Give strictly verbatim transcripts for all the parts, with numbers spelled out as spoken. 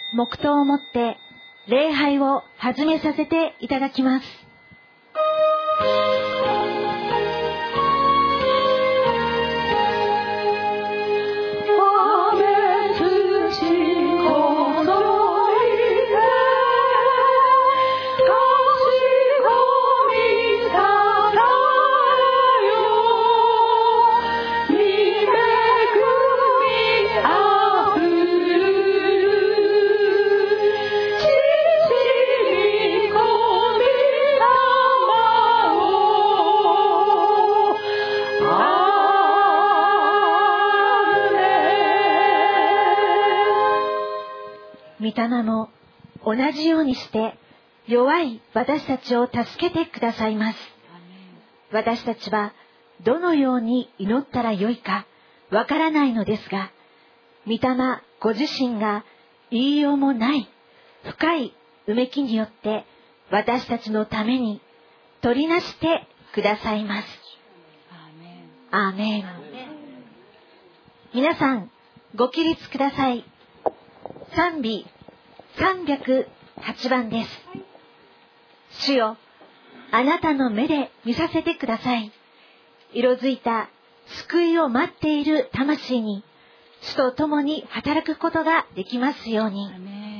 黙祷をもって礼拝を始めさせていただきます。御霊も同じようにして弱い私たちを助けてくださいます。私たちはどのように祈ったらよいかわからないのですが、御霊ご自身が言いようもない深いうめきによって私たちのために取りなしてくださいます。アーメン。皆さんご起立ください。賛美さんびゃくはちばんです。主よ、あなたの目で見させてください。色づいた救いを待っている魂に主と共に働くことができますように。アメン。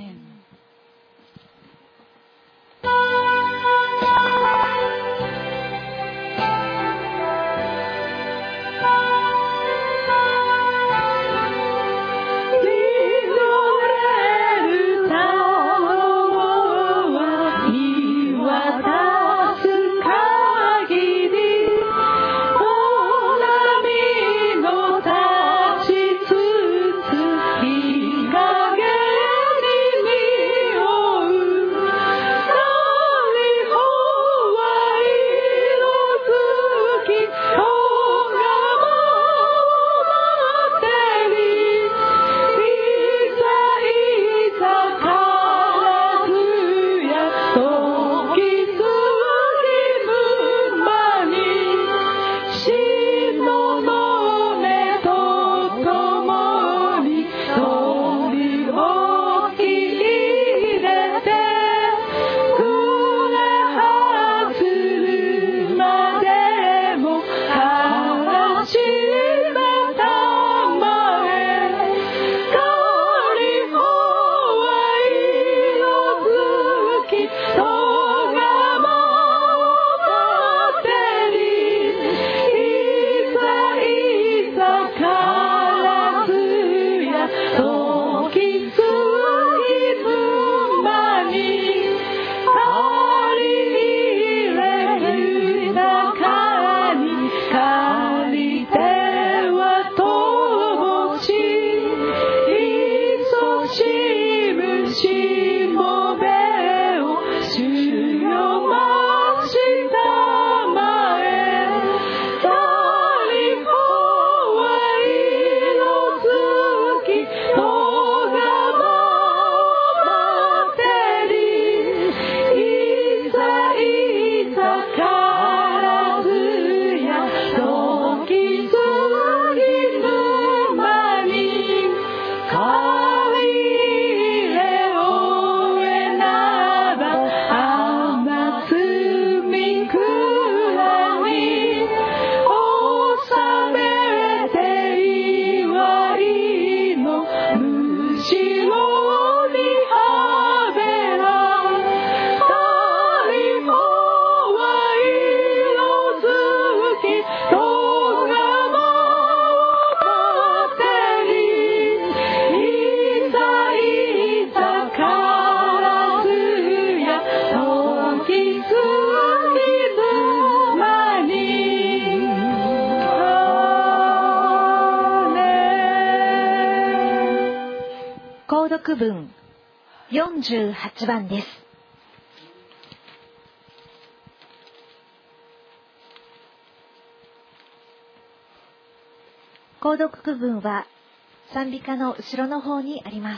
購読文よんじゅうはちばんです。購読区分は賛美歌の後ろの方にあります。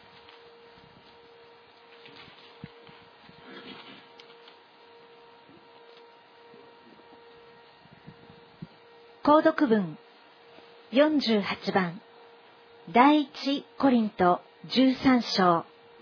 購読文よんじゅうはちばん、第一コリントじゅうさん章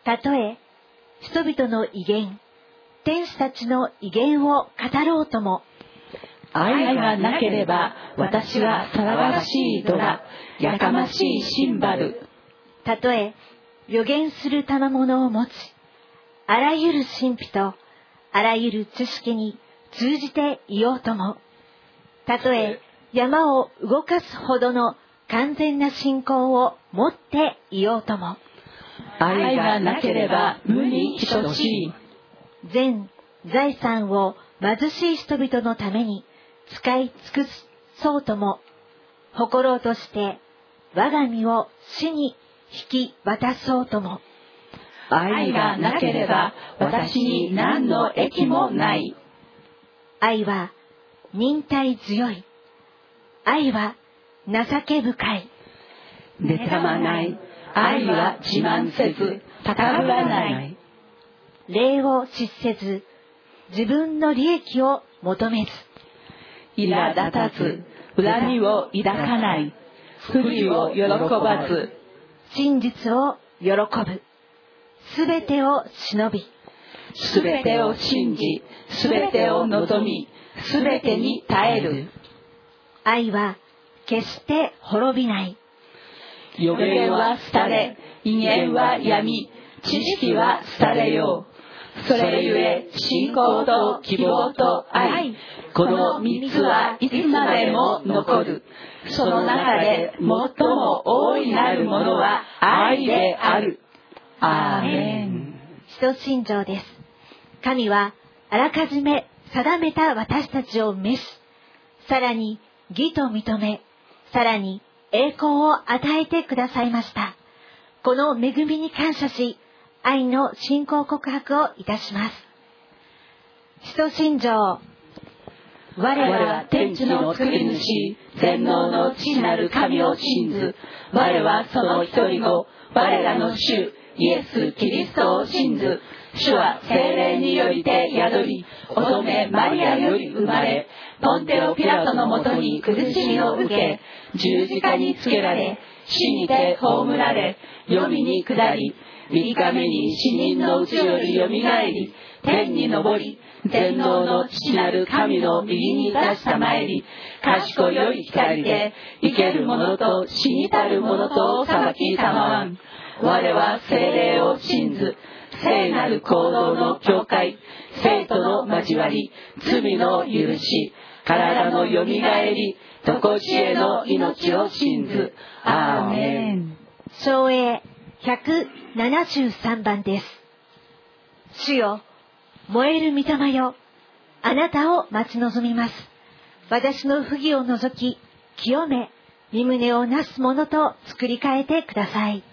たとえ人々の威厳、天使たちの威厳を語ろうとも、 愛がなければ私は騒がしいドラ、やかましいシンバル。 たとえ予言する賜物を持ち、あらゆる神秘とあらゆる知識に通じていようとも、たとえ山を動かすほどの完全な信仰を持っていようとも、 愛がなければ無に等しい。 全財産を貧しい人々のために使い尽くそうとも、誇ろうとして我が身を死に引き渡そうとも、 愛がなければ私に何の益もない。 愛は忍耐強い。愛は情け深い。 妬まない。愛は自慢せず、高ぶらない。 礼を失せず、自分の利益を求めず。 苛立たず、恨みを抱かない。不義を喜ばず。 真実を喜ぶ。すべてを忍び。 すべてを信じ、すべてを望み、すべてに耐える。 愛は決して滅びない。 予言は廃れ、威厳は闇、知識は廃れよう。それゆえ信仰と希望と愛、この三つはいつまでも残る。その中で最も大いなるものは愛である。アーメン。 使徒信条です。神はあらかじめ定めた私たちを召し、さらに義と認め、さらに栄光を与えてくださいました。この恵みに感謝し、愛の信仰告白をいたします。使徒信条。我我は天地の作り主、全能の父なる神を信ず。我はその一人子、我らの主、イエス・キリストを信ず。主は聖霊によりて宿り、乙女マリアより生まれ、ポンテオ・ピラトのもとに苦しみを受け、十字架につけられ、死にて葬られ、黄泉に下り、三日目に死人のうちよりよみがえり、天に昇り、全能の父なる神の右に立したまえり、賢よい光で生ける者と死にたる者とを裁きたまわん。我は聖霊を信ず、聖なる行動の教会、生徒の交わり、罪の許し、体のよみがえり、とこしえの命を信ず。アーメン。 唱詠ひゃくななじゅうさんばんです。主よ、燃える御霊よ、あなたを待ち望みます。私の不義を除き、清め、身胸をなすものと作り変えてください。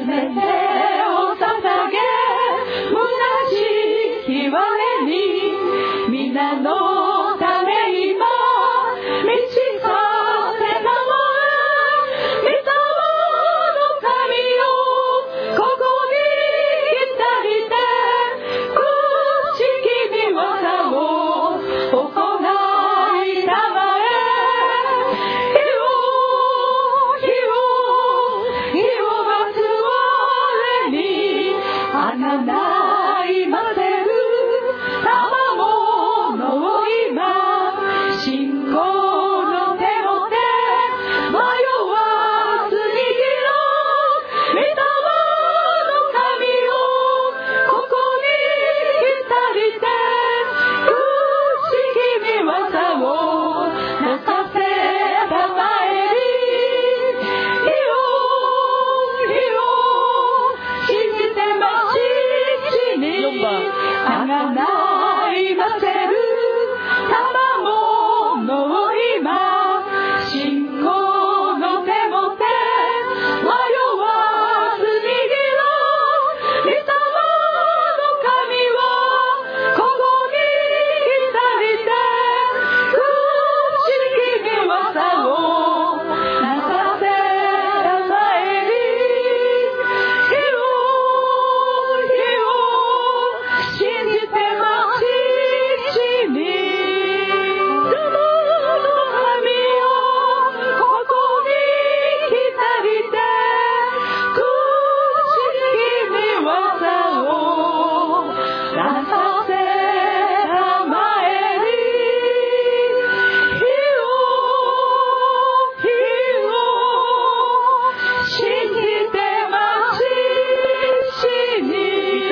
我に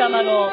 様の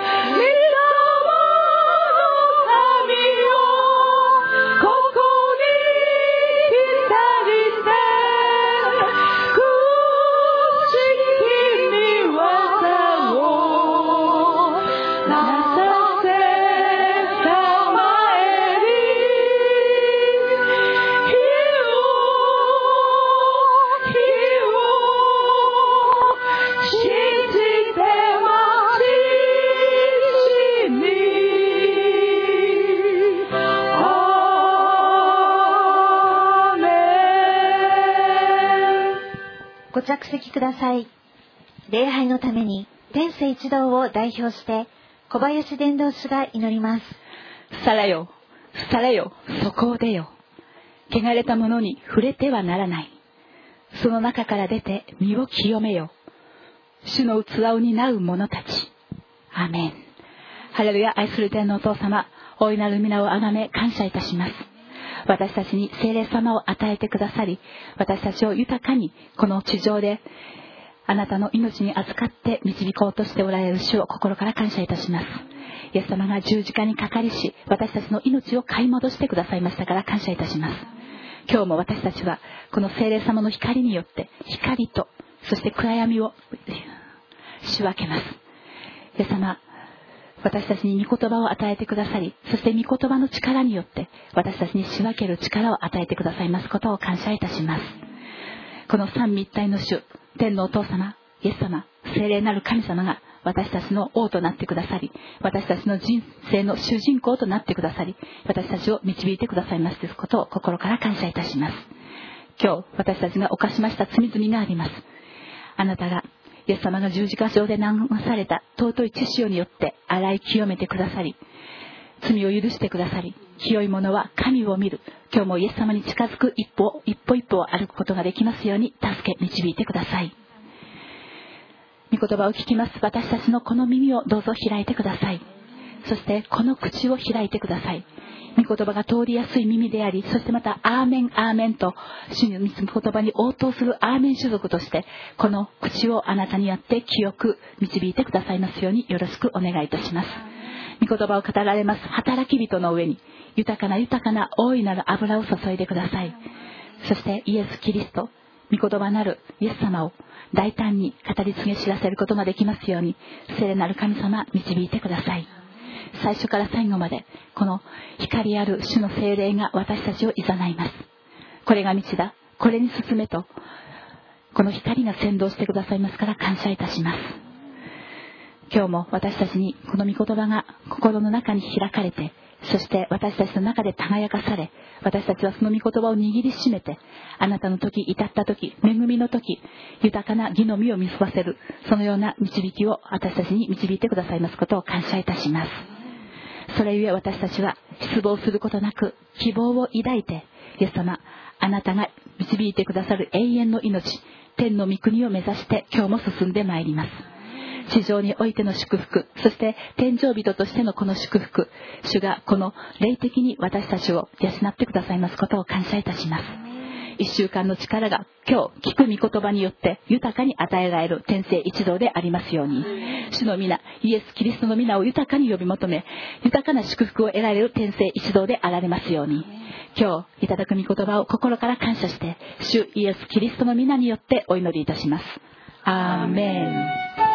ご着席ください。礼拝のために天聖一同を代表して小林伝道師が祈ります。 さらよ、さらよ、そこを出よ。汚れたものに触れてはならない。その中から出て身を清めよ。主の器を担う者たち。アーメン。ハレルヤ。愛する天のお父様、大いなる皆をあがめ感謝いたします。私たちに聖霊様を与えてくださり、私たちを豊かにこの地上であなたの命に預かって導こうとしておられる主を心から感謝いたします。イエス様が十字架にかかりし、私たちの命を買い戻してくださいましたから感謝いたします。今日も私たちはこの聖霊様の光によって光とそして暗闇を仕分けます。イエス様、私たちに御言葉を与えてくださり、そして御言葉の力によって私たちに仕分ける力を与えてくださいますことを感謝いたします。この三位一体の主、天のお父様、イエス様、聖霊なる神様が私たちの王となってくださり、私たちの人生の主人公となってくださり、私たちを導いてくださいますということを心から感謝いたします。今日私たちが犯しました罪々があります。あなたがイエス様が十字架上で流された尊い血潮によって洗い清めてくださり、罪を許してくださり、清い者は神を見る。今日もイエス様に近づく一歩一歩一歩を歩くことができますように助け導いてください。御言葉を聞きます私たちのこの耳をどうぞ開いてください。そしてこの口を開いてください。御言葉が通りやすい耳であり、そしてまたアーメンアーメンと主の御言葉に応答するアーメン種族としてこの口をあなたによって清く導いてくださいますようによろしくお願いいたします。御言葉を語られます働き人の上に豊かな豊かな大いなる油を注いでください。そしてイエス・キリスト、御言葉なるイエス様を大胆に語り継げ知らせることができますように聖なる神様導いてください。最初から最後までこの光ある主の聖霊が私たちを誘います。これが道だ、これに進めとこの光が先導してくださいますから感謝いたします。今日も私たちにこの御言葉が心の中に開かれて、そして私たちの中で輝かされ、私たちはその御言葉を握りしめてあなたの時、至った時、恵みの時、豊かな義の実を結ばせる、そのような導きを私たちに導いてくださいますことを感謝いたします。それゆえ私たちは失望することなく希望を抱いて、イエス様、あなたが導いてくださる永遠の命、天の御国を目指して今日も進んでまいります。地上においての祝福、そして天上人としてのこの祝福、主がこの霊的に私たちを養ってくださいますことを感謝いたします。一週間の力が今日聞く御言葉によって豊かに与えられる天聖一同でありますように、主の皆、イエス・キリストの皆を豊かに呼び求め、豊かな祝福を得られる天聖一同であられますように、今日いただく御言葉を心から感謝して主イエス・キリストの皆によってお祈りいたします。アーメン。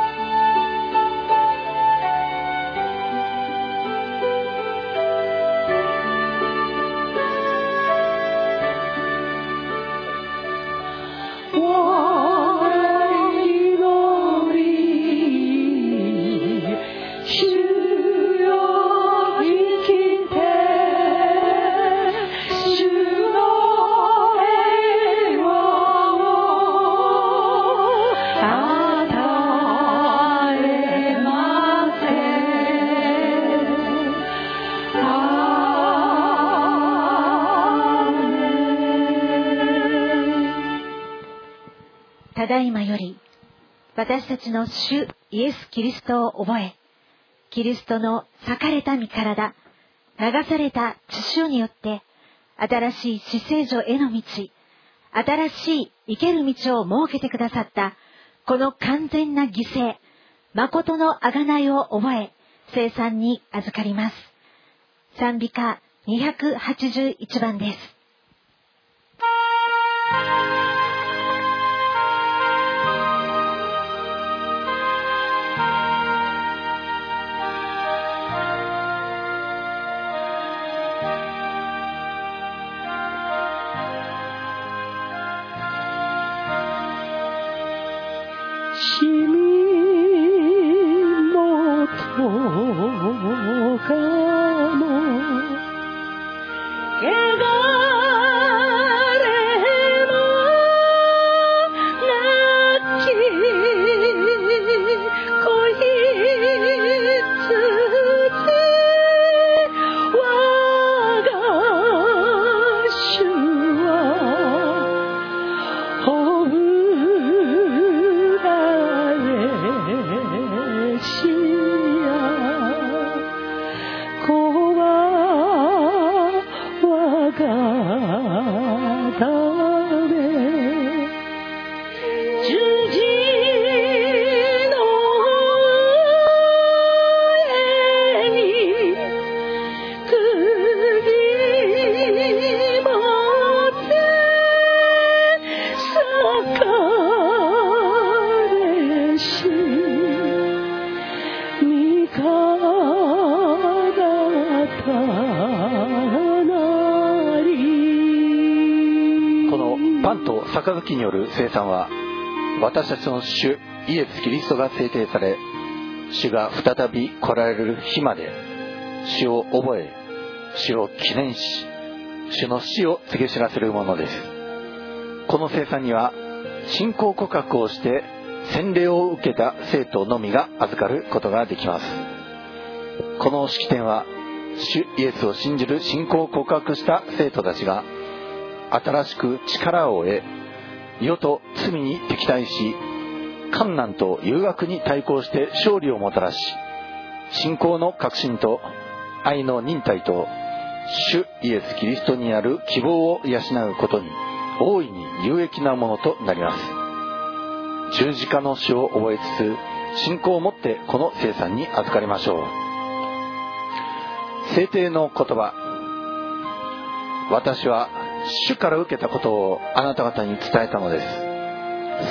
ただいまより私たちの主イエス・キリストを覚え、キリストの裂かれた身体、流された血潮によって新しい死聖所への道、新しい生ける道を設けてくださったこの完全な犠牲、 誠の贖いを覚え、聖餐に預かります。賛美歌にひゃくはちじゅういちばんです。 杯による聖餐は、私たちの主イエス・キリストが制定され、主が再び来られる日まで主を覚え、主を記念し、主の死を告げ知らせるものです。この聖餐には、信仰告白をして洗礼を受けた生徒のみが預かることができます。この式典は、主イエスを信じる信仰を告白した生徒たちが新しく力を得、世と罪に敵対し、困難と誘惑に対抗して勝利をもたらし、信仰の確信と愛の忍耐と主イエス・キリストにある希望を養うことに大いに有益なものとなります。十字架の死を覚えつつ、信仰を持ってこの聖餐に預かりましょう。聖典の言葉。私は主から受けたことをあなた方に伝えたのです。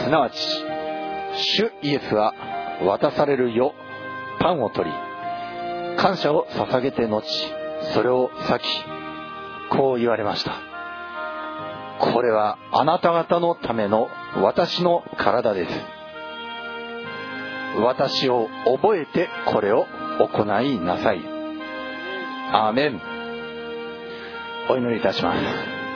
すなわち、主イエスは渡されるよパンを取り、感謝を捧げて後、それを裂き、こう言われました。これはあなた方のための私の体です。私を覚えてこれを行いなさい。アーメン。お祈りいたします。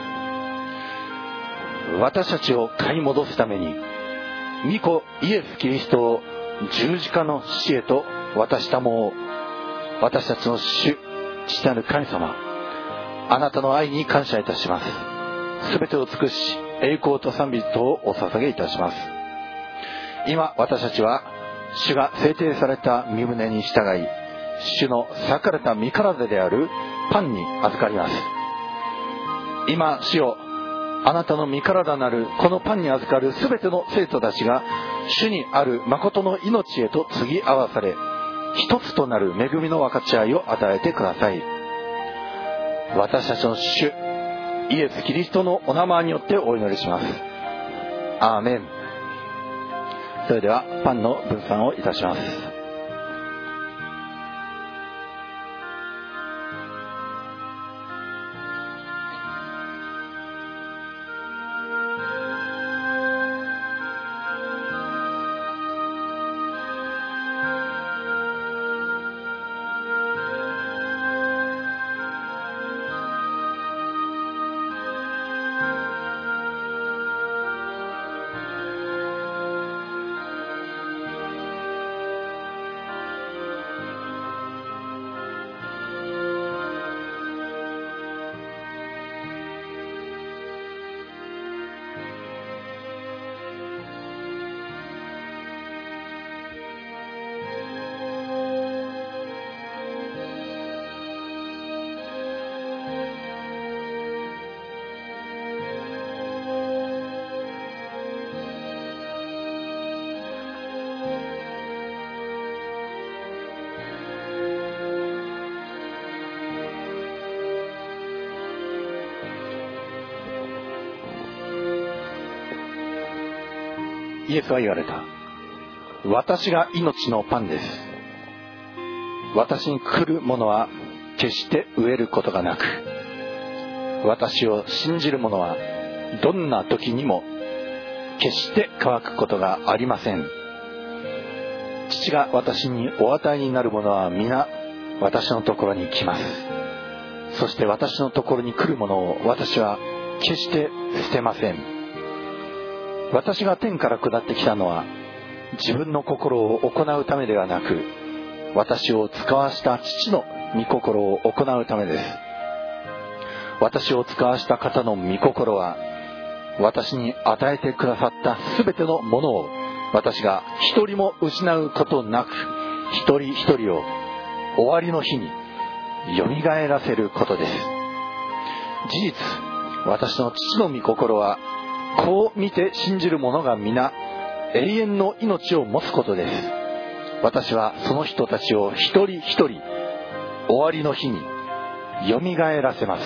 私たちを買い戻すために、御子イエス・キリストを十字架の死へと渡したもの、私たちの主、父なる神様、あなたの愛に感謝いたします。すべてを尽くし、栄光と賛美とをお捧げいたします。今、私たちは、主が制定された御旨に従い、主の裂かれた身体であるパンに預かります。今、主よ、あなたの身体なるこのパンに預かるすべての生徒たちが、主にある誠の命へと継ぎ合わされ、一つとなる恵みの分かち合いを与えてください。私たちの主イエス・キリストのお名前によってお祈りします。アーメン。それではパンの分散をいたします。 イエスは言われた。私が命のパンです。私に来る者は決して飢えることがなく、私を信じる者はどんな時にも決して乾くことがありません。父が私にお与えになる者は皆私のところに来ます。そして私のところに来る者を私は決して捨てません。私が天から下ってきたのは自分の心を行うためではなく、私を使わした父の御心を行うためです。私を使わした方の御心は、私に与えてくださったすべてのものを私が一人も失うことなく、一人一人を終わりの日によみがえらせることです。事実、私の父の御心は、こう見て信じる者が皆永遠の命を持つことです。私はその人たちを一人一人終わりの日によみがえらせます。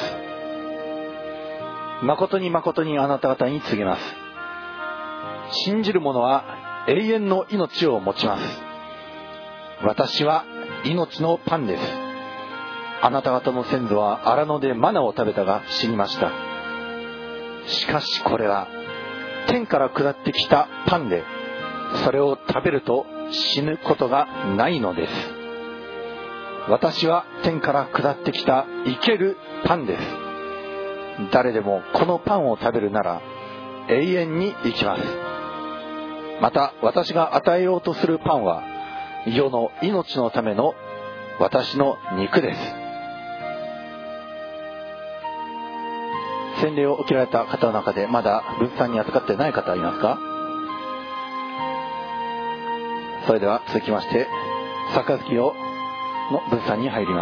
誠に誠にあなた方に告げます。信じる者は永遠の命を持ちます。私は命のパンです。あなた方の先祖は荒野でマナを食べたが死にました。しかしこれは天から下ってきたパンで、それを食べると死ぬことがないのです。私は天から下ってきた生けるパンです。誰でもこのパンを食べるなら永遠に生きます。また私が与えようとするパンは世の命のための私の肉です。洗礼を受けられた方の中でまだ分散に預かってない方はいますか？それでは続きまして杯をの分散に入ります。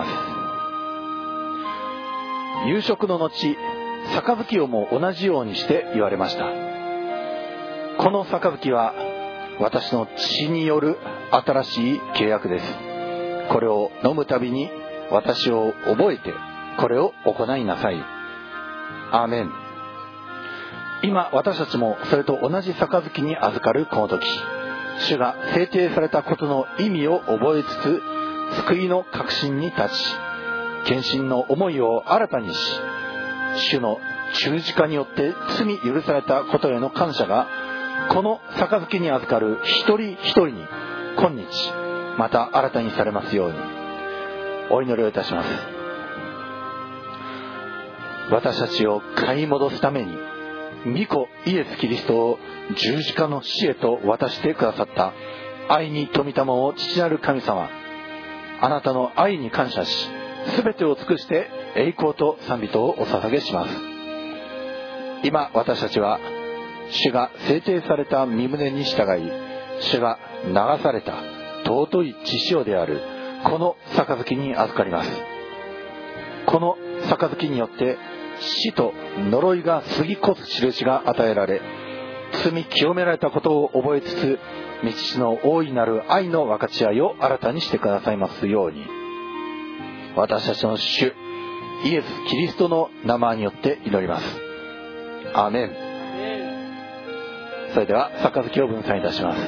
夕食の後、杯をも同じようにして言われました。この杯は私の血による新しい契約です。これを飲むたびに私を覚えてこれを行いなさい。アーメン。今私たちもそれと同じ杯に預かるこの時、主が制定されたことの意味を覚えつつ、救いの確信に立ち、献身の思いを新たにし、主の十字架によって罪許されたことへの感謝がこの杯に預かる一人一人に今日また新たにされますようにお祈りをいたします。私たちを買い戻すために御子イエス・キリストを十字架の死へと渡してくださった愛に富みたもを父なる神様、あなたの愛に感謝し、すべてを尽くして栄光と賛美とをお捧げします。今私たちは主が制定された御胸に従い、主が流された尊い血潮であるこの杯に預かります。この杯によって死と呪いが過ぎ越す印が与えられ、罪清められたことを覚えつつ、御父の大いなる愛の分かち合いを新たにしてくださいますように、私たちの主イエス・キリストの名前によって祈ります。アーメン。それでは杯を分散いたします。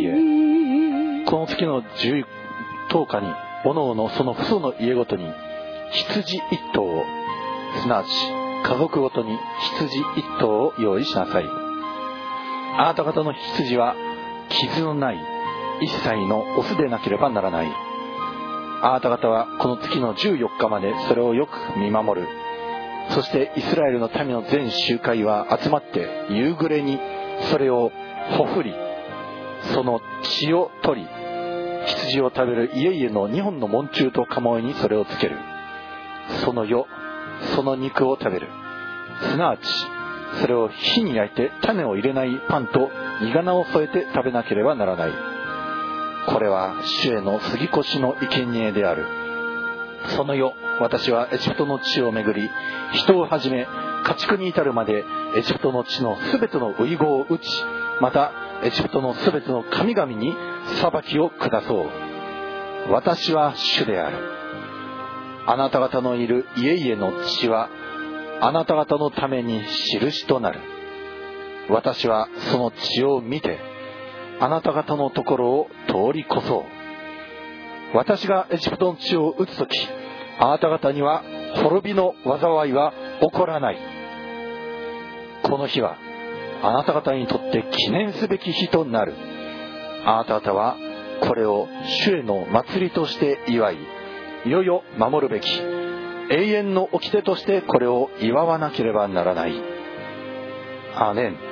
へ。この月の十十日におのおのその父祖の家ごとに羊一頭を、すなわち家族ごとに羊一頭を用意しなさい。あなた方の羊は傷のない一切のオスでなければならない。あなた方はこの月のじゅうよっかまでそれをよく見守る。そしてイスラエルの民の全集会は集まって夕暮れにそれをほふり、その血を取り、羊を食べる家々の二本の門柱と鴨居にそれをつける。その夜その肉を食べる。すなわちそれを火に焼いて種を入れないパンと煮仮名を添えて食べなければならない。これは主への杉越の生贄である。その夜私はエジプトの地をめぐり、人をはじめ家畜に至るまでエジプトの地のすべての遺語を打ち、またエジプトのすべての神々に裁きを下そう。私は主である。あなた方のいる家々の血はあなた方のために印となる。私はその血を見てあなた方のところを通り越そう。私がエジプトの地を打つとき、あなた方には滅びの災いは起こらない。この日はあなた方にとって記念すべき日となる。あなた方はこれを主への祭りとして祝い、いよいよ守るべき永遠の掟としてこれを祝わなければならない。アーメン。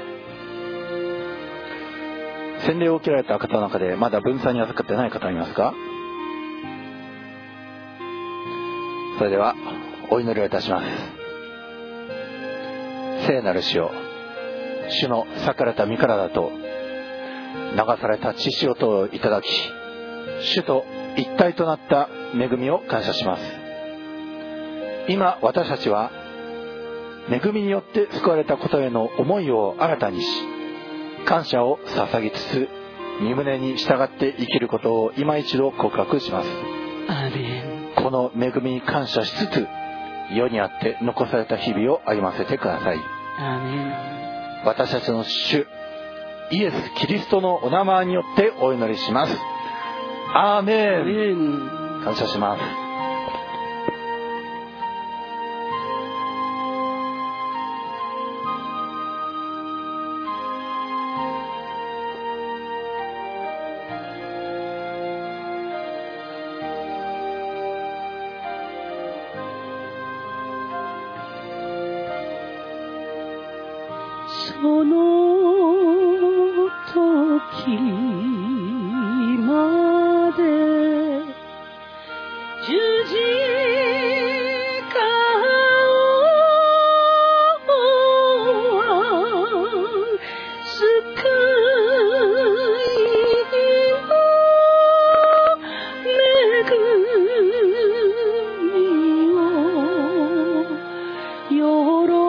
洗礼を受けられた方の中でまだ分散に預かってない方いますか？それではお祈りをいたします。聖なる主よ、主の裂かれた身体と流された血潮とをいただき、主と一体となった恵みを感謝します。今私たちは恵みによって救われたことへの思いを新たにし、感謝を捧げつつ身旨に従って生きることを今一度告白します。 アーメン。 この恵みに感謝しつつ、世にあって残された日々を歩ませてください。 アーメン。 私たちの主イエス・キリストのお名前によってお祈りします。アーメン。 アーメン。 感謝します。 その時まで十字架を救いを恵みを喜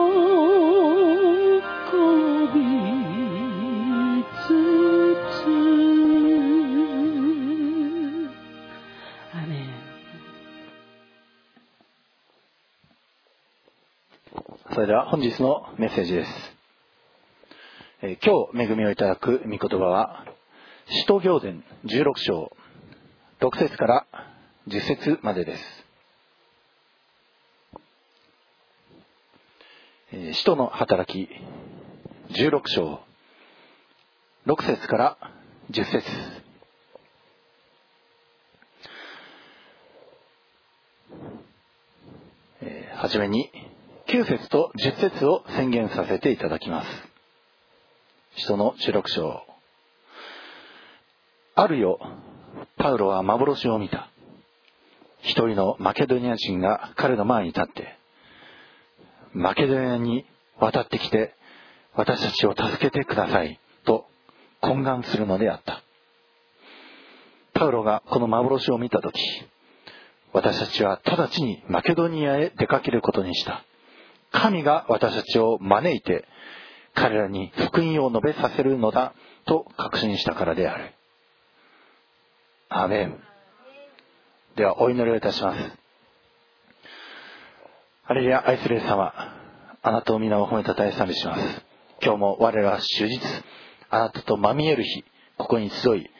それでは本日のメッセージです。えー、今日恵みをいただく御言葉は使徒行伝じゅうろく章ろく節からじゅっ節までです。えー、使徒の働きじゅうろく章ろく節からじゅっ節。えー、はじめにきゅう節とじゅっ節を宣言させていただきます。使徒のじゅうろく章。ある夜、パウロは幻を見た。一人のマケドニア人が彼の前に立って、マケドニアに渡ってきて私たちを助けてくださいと懇願するのであった。パウロがこの幻を見たとき、私たちは直ちにマケドニアへ出かけることにした。神が私たちを招いて彼らに福音を述べさせるのだと確信したからである。アーメン。ではお祈りをいたします。ハレルヤ。愛するイエス様、あなたの皆を褒めたたえ賛美します。今日も我らは終日あなたとまみえる日、ここに集い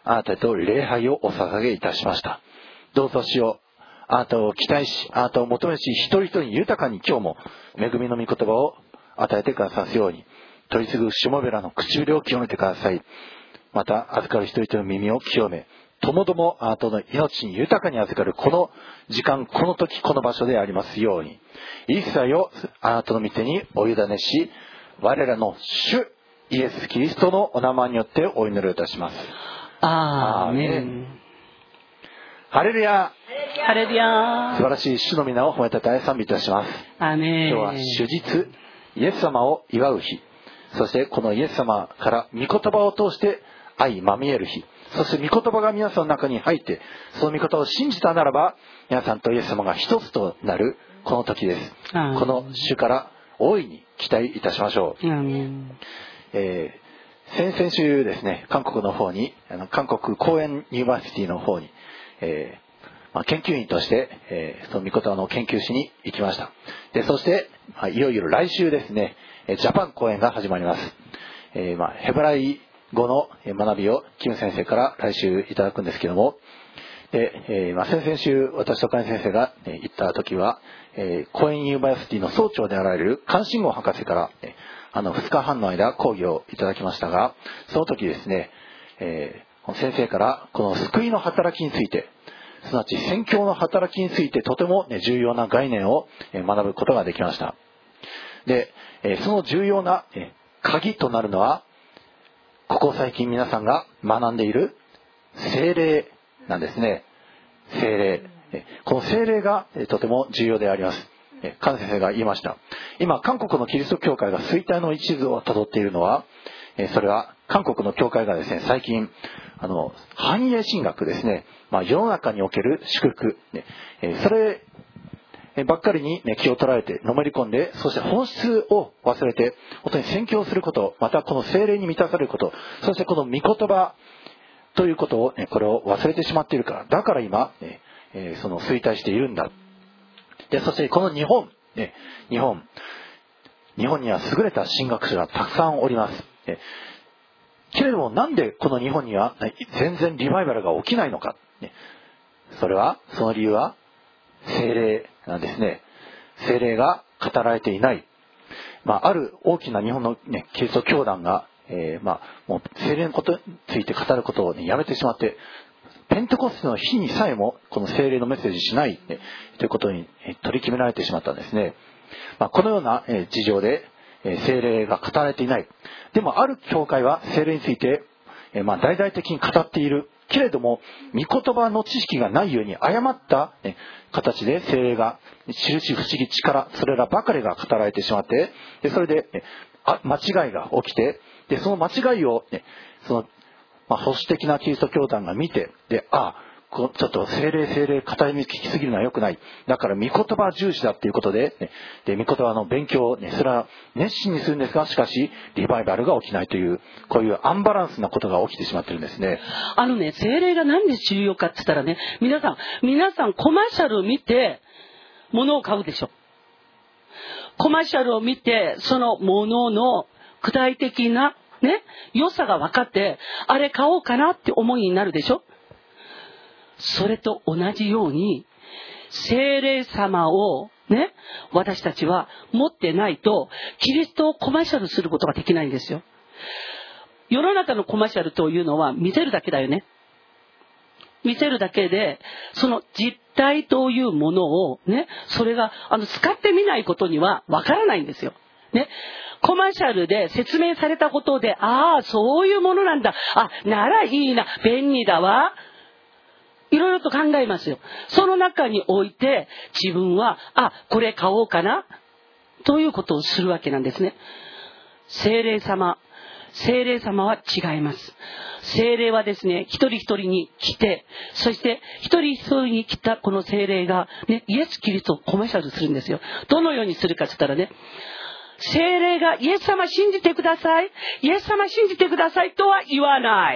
あなたと礼拝をお捧げいたしました。どうぞ主よ、あなたを期待し、あなたを求めし、一人一人に豊かに今日も恵みの御言葉を与えてくださすように、取り次ぐしもべらの唇を清めてください。また預かる一人一人の耳を清め、ともどもあなたの命に豊かに預かるこの時間、この時、この場所でありますように、一切をあなたの御手にお委ねし、我らの主イエス・キリストのお名前によってお祈りをいたします。 アーメン。 ハレルヤ。 ハレルヤ。 素晴らしい主の皆を褒めたたえ賛美いたします。 アーメン。 今日は主日、イエス様を祝う日、そしてこのイエス様から御言葉を通して愛まみえる日、そして御言葉が皆さんの中に入って、その御言葉を信じたならば皆さんとイエス様が一つとなるこの時です。この主から大いに期待いたしましょう。えー、先々週ですね、韓国の方に、あの韓国公園ユニバーシティの方に、えーまあ、研究員として、えー、その御言葉の研究しに行きました。で、そして、まあ、いよいよ来週ですね、ジャパン公演が始まります。えーまあ、ヘブライ語の学びをキム先生から来週いただくんですけども、で、えーまあ、先々週私とカニ先生が、えー、行った時は、えー、公園ユニバーシティの総長であられる関心号博士から、えー、あのふつかはんの間講義をいただきましたが、その時ですね、えー、先生からこの救いの働きについて、すなわち宣教の働きについてとても、ね、重要な概念を学ぶことができました。で、その重要な鍵となるのは、ここ最近皆さんが学んでいる聖霊なんですね。聖霊。この聖霊がとても重要であります。カン先生が言いました。今韓国のキリスト教会が衰退の一途をたどっているのは、それは韓国の教会がですね、最近あの繁栄神学ですね、まあ、世の中における祝福、ね、そればっかりに、ね、気を取られてのめり込んで、そして本質を忘れて本当に宣教すること、またこの聖霊に満たされること、そしてこの御言葉ということを、ね、これを忘れてしまっているから、だから今、ねえー、その衰退しているんだ。で、そしてこの日本、ね、日本日本には優れた神学者がたくさんおります。ね、けれどもなんでこの日本には全然リバイバルが起きないのか、ね、それはその理由は聖霊なんですね。聖霊が語られていない、まあ、ある大きな日本の、ね、キリスト教団が、えーまあ、もう聖霊のことについて語ることを、ね、やめてしまって、ペンテコステの日にさえもこの聖霊のメッセージしない、ね、ということに取り決められてしまったんですね。まあ、このような、えー、事情で、えー、聖霊が語られていない。でもある教会は聖霊について、えーまあ、大々的に語っているけれども、御言葉の知識がないように誤った、ね、形で聖霊が印不思議力、それらばかりが語られてしまって、でそれで、ね、あ間違いが起きて、でその間違いを、ね、その、まあ、保守的なキリスト教団が見て、でああこちょっと聖霊聖霊語りに聞きすぎるのは良くない、だから御言葉重視だっていうことで、ね、で御言葉の勉強を、ね、それは熱心にするんですが、しかしリバイバルが起きないという、こういうアンバランスなことが起きてしまってるんですね。 あのね、聖霊が何で重要かって言ったらね、皆さん皆さんコマーシャルを見て物を買うでしょ。コマーシャルを見てその物の具体的なね良さが分かって、あれ買おうかなって思いになるでしょ。それと同じように聖霊様をね、私たちは持ってないとキリストをコマーシャルすることができないんですよ。世の中のコマーシャルというのは見せるだけだよね。見せるだけで、その実体というものをね、それがあの使ってみないことにはわからないんですよ。ね、コマーシャルで説明されたことで、ああそういうものなんだ、あならいいな、便利だわ、いろいろと考えますよ。その中において自分はあこれ買おうかなということをするわけなんですね。聖霊様聖霊様は違います。聖霊はですね、一人一人に来て、そして一人一人に来たこの聖霊が、ね、イエス・キリストをコマーシャルするんですよ。どのようにするかと言ったらね、聖霊がイエス様信じてください、イエス様信じてくださいとは言わない。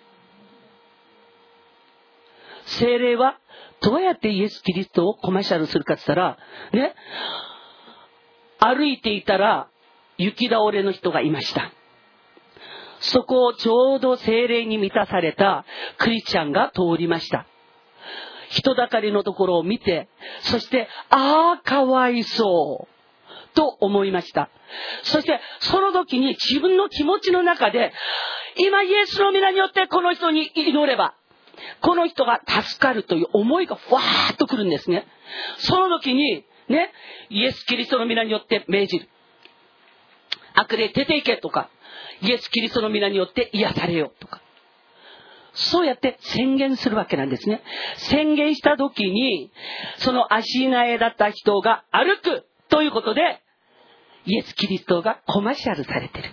聖霊はどうやってイエス・キリストをコマーシャルするかって言ったらね、歩いていたら雪倒れの人がいました。 そこをちょうど聖霊に満たされたクリスチャンが通りました。人だかりのところを見て、そしてああかわいそうと思いました。そしてその時に自分の気持ちの中で、今イエスの皆によってこの人に祈ればこの人が助かるという思いがふわーっとくるんですね。その時にね、イエス・キリストの皆によって命じる。悪霊出ていけとか、イエス・キリストの皆によって癒されよとか、そうやって宣言するわけなんですね。宣言した時に、その足苗だった人が歩くということで、イエス・キリストがコマーシャルされてる。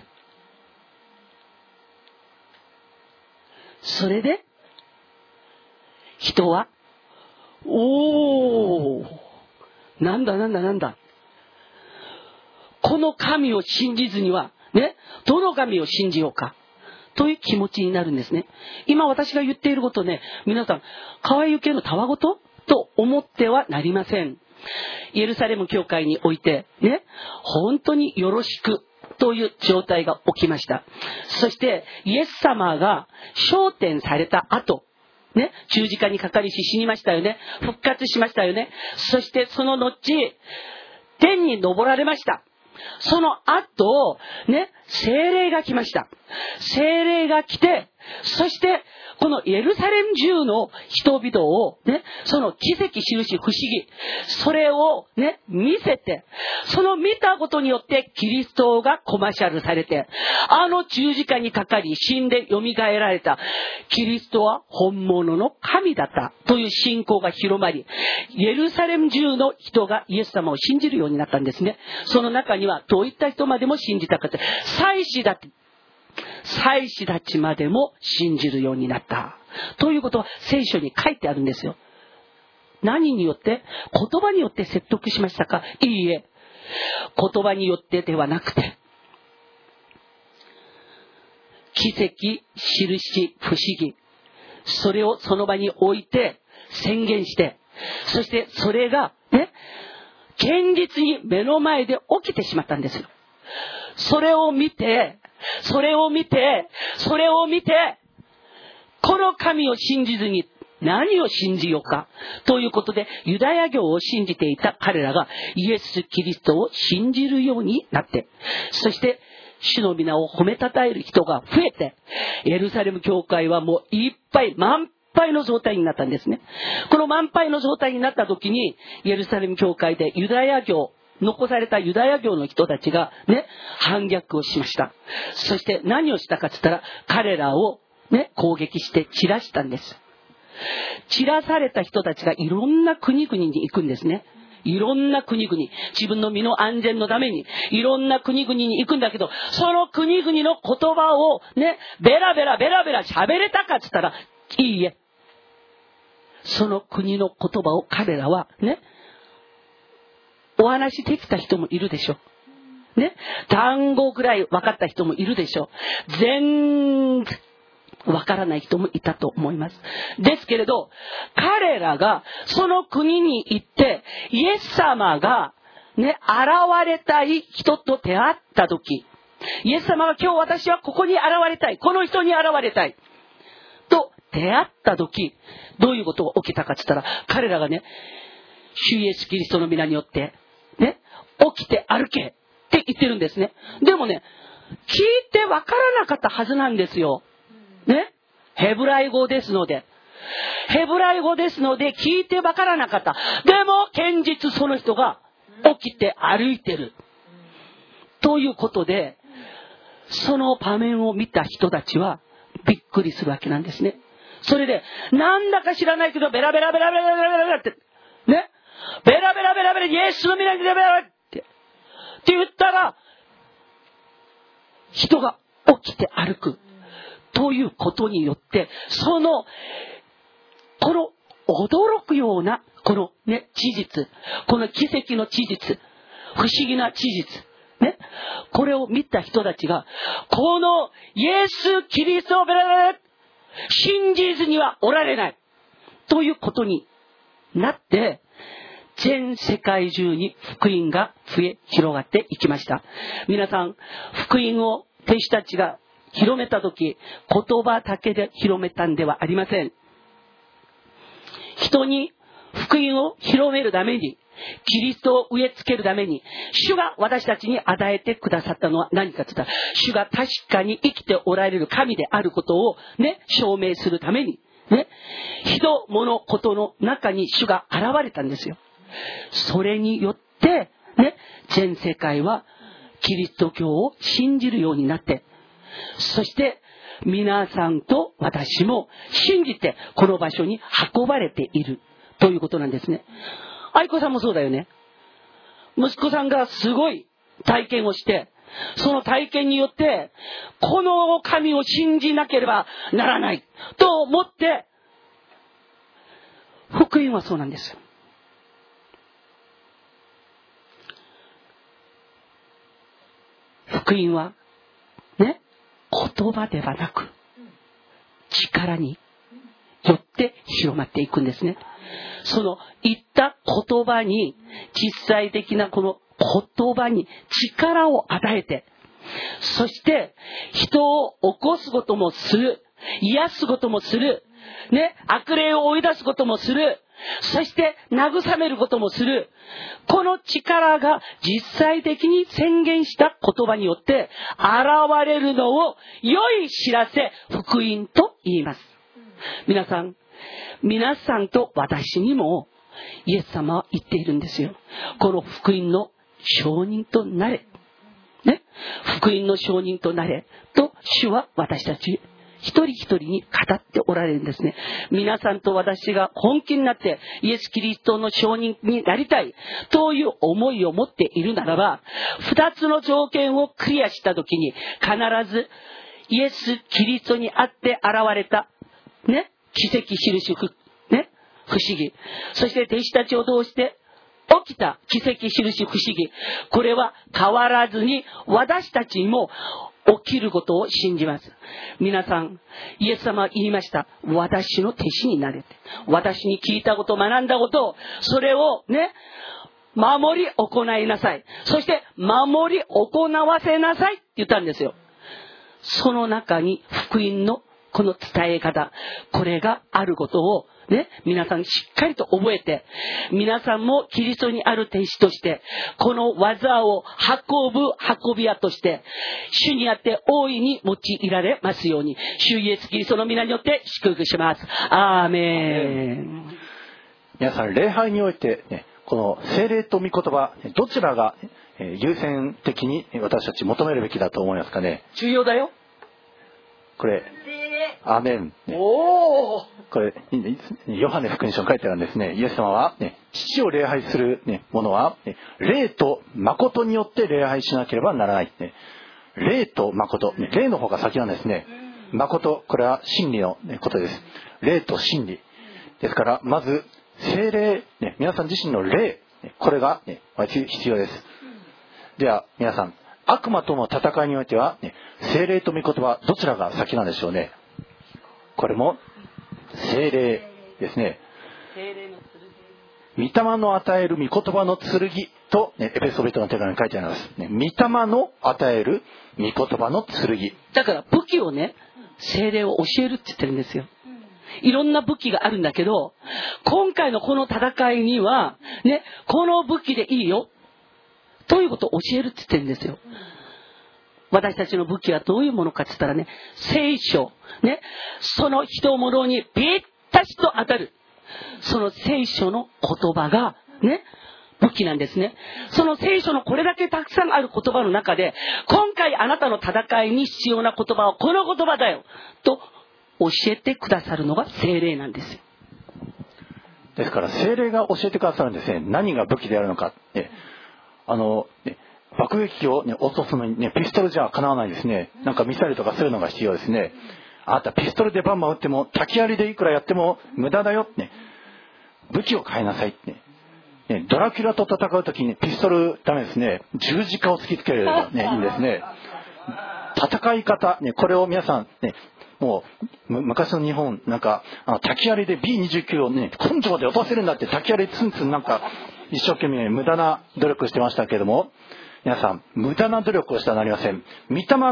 それで人は、おー、なんだなんだなんだ、この神を信じずにはね、どの神を信じようかという気持ちになるんですね。今私が言っていることね、皆さん川行けのたわごとと思ってはなりません。エルサレム教会においてね、本当によろしくという状態が起きました。そしてイエス様が昇天された後ね、十字架にかかりし死にましたよね。復活しましたよね。そしてその後天に昇られました。その後ね、聖霊が来ました。聖霊が来て、そしてこのエルサレム中の人々をね、その奇跡、印、不思議、それをね見せて、その見たことによってキリストがコマーシャルされて、あの十字架にかかり死んで蘇られたキリストは本物の神だったという信仰が広まり、エルサレム中の人がイエス様を信じるようになったんですね。その中にはどういった人までも信じたかった。祭司だって祭司たちまでも信じるようになったということは聖書に書いてあるんですよ。何によって？言葉によって説得しましたか？いいえ、言葉によってではなくて、奇跡、印、不思議、それをその場に置いて宣言して、そしてそれがね、現実に目の前で起きてしまったんですよ。それを見てそれを見てそれを見てこの神を信じずに何を信じようかということで、ユダヤ教を信じていた彼らがイエス・キリストを信じるようになって、そして主の皆を褒めたたえる人が増えて、エルサレム教会はもういっぱい満杯の状態になったんですね。この満杯の状態になった時に、エルサレム教会でユダヤ教、残されたユダヤ教の人たちがね、反逆をしました。そして何をしたかって言ったら、彼らをね、攻撃して散らしたんです。散らされた人たちがいろんな国々に行くんですね。いろんな国々、自分の身の安全のためにいろんな国々に行くんだけど、その国々の言葉をね、ベラベラベラベラ喋れたかって言ったら、いいえ、その国の言葉を彼らはね、お話できた人もいるでしょね、単語ぐらい分かった人もいるでしょう。全然分からない人もいたと思います。ですけれど、彼らがその国に行ってイエス様がね、現れたい人と出会った時、イエス様が今日私はここに現れたい、この人に現れたいと出会った時、どういうことが起きたかって言ったら、彼らがね、主イエスキリストの皆によってね、起きて歩けって言ってるんですね。でもね、聞いてわからなかったはずなんですよ。ね、ヘブライ語ですので、ヘブライ語ですので聞いてわからなかった。でも現実その人が起きて歩いてるということで、その場面を見た人たちはびっくりするわけなんですね。それでなんだか知らないけどベラベラベラベラベラベラベラってね、ベラベラベラベライエスの皆にベラベラってって言ったら、人が起きて歩くということによって、そのこの驚くようなこのね事実、この奇跡の事実、不思議な事実ね、これを見た人たちが、このイエス・キリストをベラベラ信じずにはおられないということになって、全世界中に福音が増え広がっていきました。皆さん、福音を弟子たちが広めたとき、言葉だけで広めたんではありません。人に福音を広めるために、キリストを植え付けるために、主が私たちに与えてくださったのは何かと言ったら、主が確かに生きておられる神であることをね、証明するために、ね、人、物、ことの中に主が現れたんですよ。それによって、ね、全世界はキリスト教を信じるようになって、そして皆さんと私も信じてこの場所に運ばれているということなんですね。愛子さんもそうだよね。息子さんがすごい体験をして、その体験によってこの神を信じなければならないと思って、福音はそうなんですよ。福音はね、言葉ではなく力によって広まっていくんですね。その言った言葉に、実際的なこの言葉に力を与えて、そして人を起こすこともする、癒すこともする、ね、悪霊を追い出すこともする、そして慰めることもする。この力が実際的に宣言した言葉によって現れるのを良い知らせ、福音と言います。皆さん、皆さんと私にもイエス様は言っているんですよ。この福音の証人となれ、ね、福音の証人となれと主は私たち一人一人に語っておられるんですね。皆さんと私が本気になってイエス・キリストの証人になりたいという思いを持っているならば、二つの条件をクリアしたときに必ずイエス・キリストにあって現れたね、奇跡、印、ね、不思議、そして弟子たちを通して起きた奇跡、印、不思議、これは変わらずに私たちにも起きることを信じます。皆さん、イエス様は言いました。私の弟子になれて、私に聞いたこと、学んだことを、それをね、守り行いなさい。そして守り行わせなさいって言ったんですよ。その中に福音のこの伝え方、これがあることをね、皆さんしっかりと覚えて、皆さんもキリストにある弟子として、この技を運ぶ運び屋として、主にあって大いに用いられますように、主イエスキリストの皆によって祝福します。アーメン。 皆さん、礼拝において、ね、この聖霊と御言葉、どちらが優先的に私たち求めるべきだと思いますかね。 重要だよ。 これ、アーメン、ね、 おー、 これヨハネ福音書に書いてあるんですね。イエス様は、ね、父を礼拝する、ね、者は、ね、霊と誠によって礼拝しなければならない、ね、霊と誠、ね、霊の方が先なんですね。誠、これは真理の、ね、ことです。霊と真理ですから、まず聖霊、ね、皆さん自身の霊、これが、ね、必要です。では皆さん、悪魔との戦いにおいては、ね、聖霊と御言葉、どちらが先なんでしょうね。これも聖霊ですね。御霊の与える御言葉の剣と、ね、エペソビトの手紙に書いてあります、ね、御霊の与える御言葉の剣だから武器をね、聖霊を教えるって言ってるんですよ。いろんな武器があるんだけど、今回のこの戦いにはね、この武器でいいよということを教えるって言ってるんですよ。私たちの武器はどういうものかって言ったらね、聖書、ね、その人物にぴったしと当たる、その聖書の言葉がね、武器なんですね。その聖書のこれだけたくさんある言葉の中で、今回あなたの戦いに必要な言葉はこの言葉だよと教えてくださるのが聖霊なんですよ。 ですから聖霊が教えてくださるんですね。何が武器であるのか、ね、あの、ね、爆撃機を、ね、落とすのに、ね、ピストルじゃかなわないですね。なんかミサイルとかするのが必要ですね。あなたピストルでバンバン撃っても、滝槍でいくらやっても無駄だよ、ね、武器を変えなさい、ねね、ドラキュラと戦うときに、ね、ピストルダメですね。十字架を突きつければ、ね、いいんですね。戦い方、ね、これを皆さん、ね、もう昔の日本なんかあの滝槍で ビーにじゅうきゅう をね根性で落とせるんだって、滝槍ツンツンなんか一生懸命無駄な努力してましたけれども、皆さん無駄な努力をしてはなりません。御霊が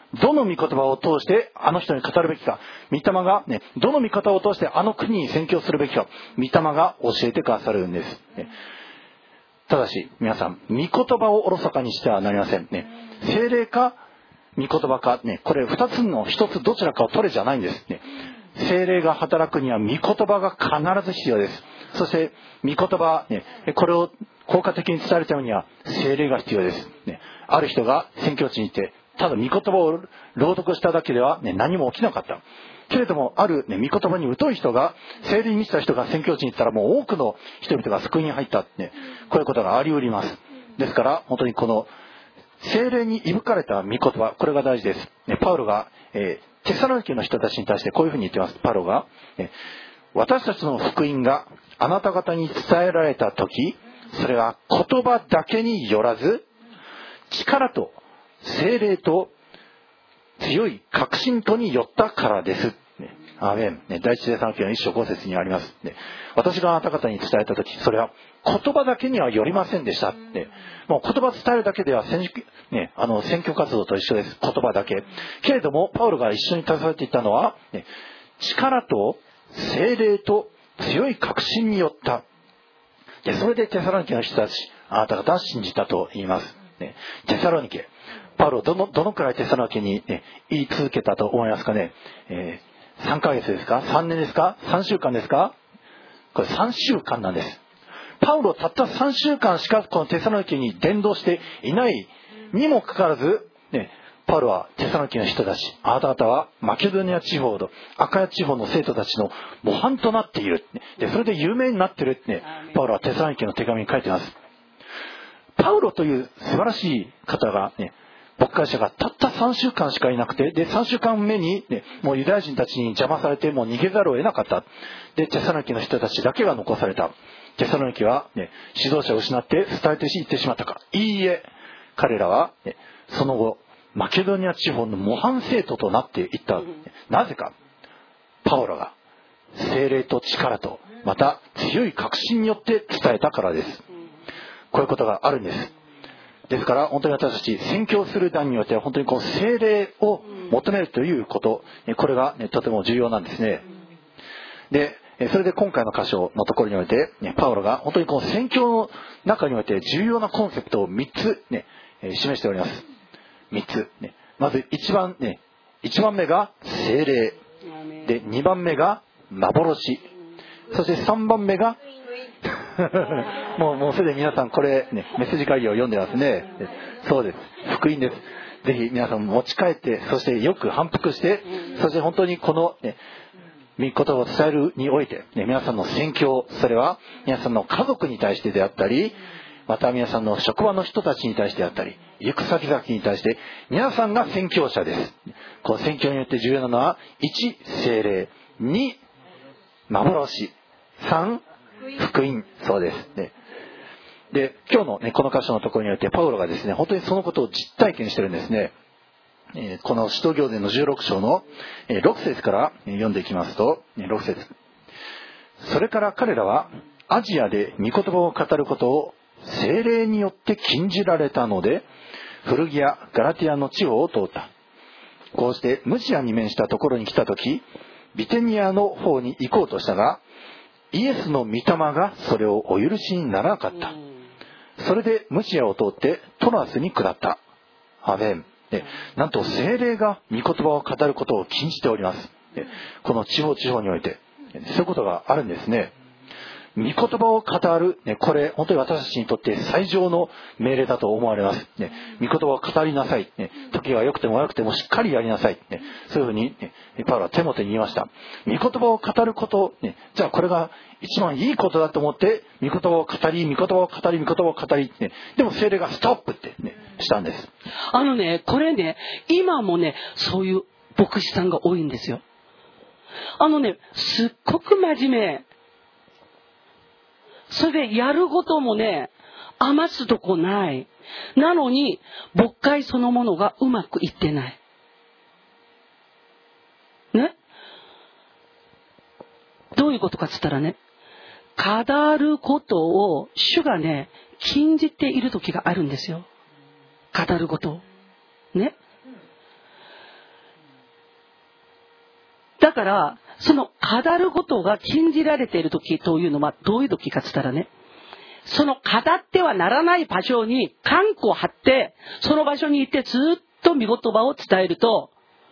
どの御言葉を通してあの人に語るべきか、御霊が、ね、どの御言葉を通してあの国に宣教するべきか、御霊が教えてくださるんです、ね、ただし皆さん、御言葉をおろそかにしてはなりません、ね、聖霊か御言葉か、ね、これふたつのひとつどちらかを取れじゃないんです、ね、聖霊が働くには御言葉が必ず必要です。そして御言葉、ね、これを効果的に伝えるためには聖霊が必要です、ね、ある人が宣教地に行ってただ御言葉を朗読しただけでは、ね、何も起きなかった。けれどもある、ね、御言葉に疎い人が、聖霊に満ちた人が宣教地に行ったら、もう多くの人々が救いに入った、ね、こういうことがあり得ります。ですから本当にこの聖霊にいぶかれた御言葉、これが大事です、ね、パウロが、えー、テサロニケの人たちに対してこういうふうに言ってます。パウロが、ね、私たちの福音があなた方に伝えられた時、それは言葉だけによらず、力と聖霊と強い確信とによったからです、ね、アーメン、ね、第一テサロニケの一章五節にあります、ね、私があなた方に伝えた時、それは言葉だけにはよりませんでした、ね、もう言葉伝えるだけでは選、ね、あの選挙活動と一緒です。言葉だけ。けれどもパウロが一緒に携わっていたのは、ね、力と聖霊と強い確信によった。でそれでテサロニケの人たち、あなた方は信じたと言います、ね、テサロニケ、パウロどのどのくらいテサロニケに、ね、言い続けたと思いますかね、えー、さんかげつですか、さんねんですか、さんしゅうかんですか。これさんしゅうかんなんです。パウロたったさんしゅうかんしかこのテサロニケに伝道していないにもかかわらず、ね、パウロはテサロニケの人たち、あなた方はマケドニア地方とアカヤ地方の生徒たちの模範となっている、でそれで有名になっているって、ね、パウロはテサロニケの手紙に書いています。パウロという素晴らしい方が、ね、牧会者がたったさんしゅうかんしかいなくて、でさんしゅうかんめに、ね、もうユダヤ人たちに邪魔されてもう逃げざるを得なかった。でテサロニケの人たちだけが残された。テサロニケは、ね、指導者を失って伝えていってしまったか。いいえ、彼らは、ね、その後マケドニア地方の模範生徒となっていった。なぜか、パウロが聖霊と力とまた強い確信によって伝えたからです。こういうことがあるんです。ですから本当に私たち宣教する段によっては本当にこの聖霊を求めるということ、これが、ね、とても重要なんですね。でそれで今回の箇所のところにおいて、ね、パウロが本当にこの宣教の中において重要なコンセプトをみっつ、ね、示しております。みっつ、ね、まずいちばん、ね、いちばんめが聖霊で、にばんめが幻、そしてさんばんめがもうもうすでに皆さんこれ、ね、メッセージ会議を読んでますね。そうです、福音です。ぜひ皆さん持ち帰って、そしてよく反復して、そして本当にこの、ね、御言葉を伝えるにおいて、ね、皆さんの宣教、それは皆さんの家族に対してであったり、また皆さんの職場の人たちに対してであったり、行く先々に対して皆さんが宣教者です。この宣教によって重要なのは、いち聖霊、に幻、さん福音。そうですね。で今日の、ね、この箇所のところにおいてパウロがですね、本当にそのことを実体験してるんですね。えー、この使徒行伝のじゅうろく章のろく節から読んでいきますと、ろく節、それから彼らはアジアで御言葉を語ることを聖霊によって禁じられたので、フルギア・ガラティアの地方を通った。こうしてムシアに面したところに来たとき、ビテニアの方に行こうとしたが、イエスの御霊がそれをお許しにならなかった。それでムシアを通ってトラスに下った。アメン。でなんと聖霊が御言葉を語ることを禁じております。でこの地方地方においてそういうことがあるんですね。御言葉を語る、ね、これ本当に私たちにとって最上の命令だと思われます、ね、御言葉を語りなさい、ね、時が良くても悪くてもしっかりやりなさい、ね、そういうふうに、ね、パウロはテモテに言いました。御言葉を語ること、ね、じゃあこれが一番いいことだと思って御言葉を語り御言葉を語り御言葉を語り、ね、でも聖霊がストップって、ね、したんです。 あのねこれね今もねそういう牧師さんが多いんですよ。あのねすっごく真面目、それでやることもね余すとこない。なのに牧会そのものがうまくいってないね。どういうことかっつったらね、語ることを主がね禁じている時があるんですよ。語ることをね。 からその語ることが禁じられている時というのはどういう時かって言ったらね、その語ってはならない場所に観光を張って、その場所に行ってずっと御言葉を伝えると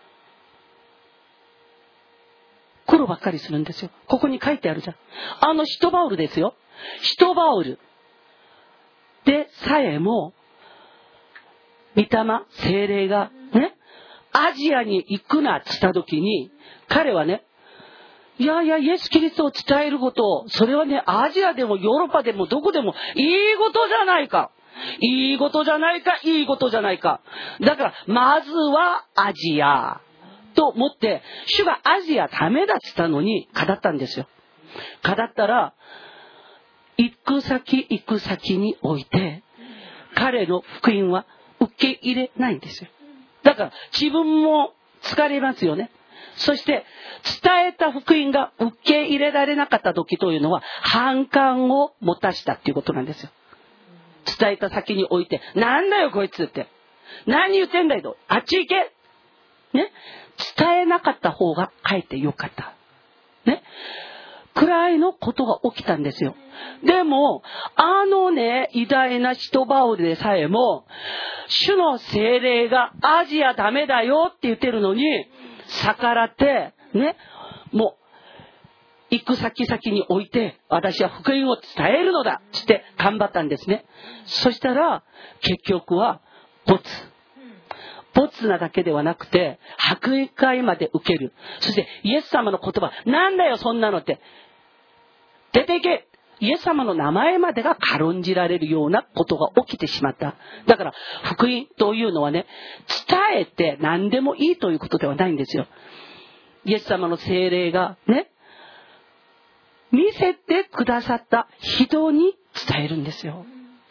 苦労ばっかりするんですよ。ここに書いてあるじゃん。あのシトバウルですよ。シトバウルでさえも御霊聖霊がね、アジアに行くなって言った時に、彼はね、いやいやイエス・キリストを伝えること、それはね、アジアでもヨーロッパでもどこでもいいことじゃないか、いいことじゃないか、いいことじゃないか。だからまずはアジアと思って、主がアジアダメだって言ったのに語ったんですよ。語ったら行く先行く先において彼の福音は受け入れないんですよ。だから自分も疲れますよね。そして伝えた福音が受け入れられなかった時というのは反感を持たしたっていうことなんですよ。伝えた先において、なんだよこいつって、何言ってんだよ、あっち行けね、伝えなかった方がかえってよかったね、くらいのことが起きたんですよ。でもあのね、偉大なシトバウルでさえも主の聖霊がアジアダメだよって言ってるのに逆らってね、もう行く先々において私は福音を伝えるのだって頑張ったんですね。そしたら結局は没没なだけではなくて迫害まで受ける。そしてイエス様の言葉、なんだよそんなのって、出ていけ、イエス様の名前までが軽んじられるようなことが起きてしまった。だから福音というのはね、伝えて何でもいいということではないんですよ。イエス様の聖霊がね、見せてくださった人に伝えるんですよ。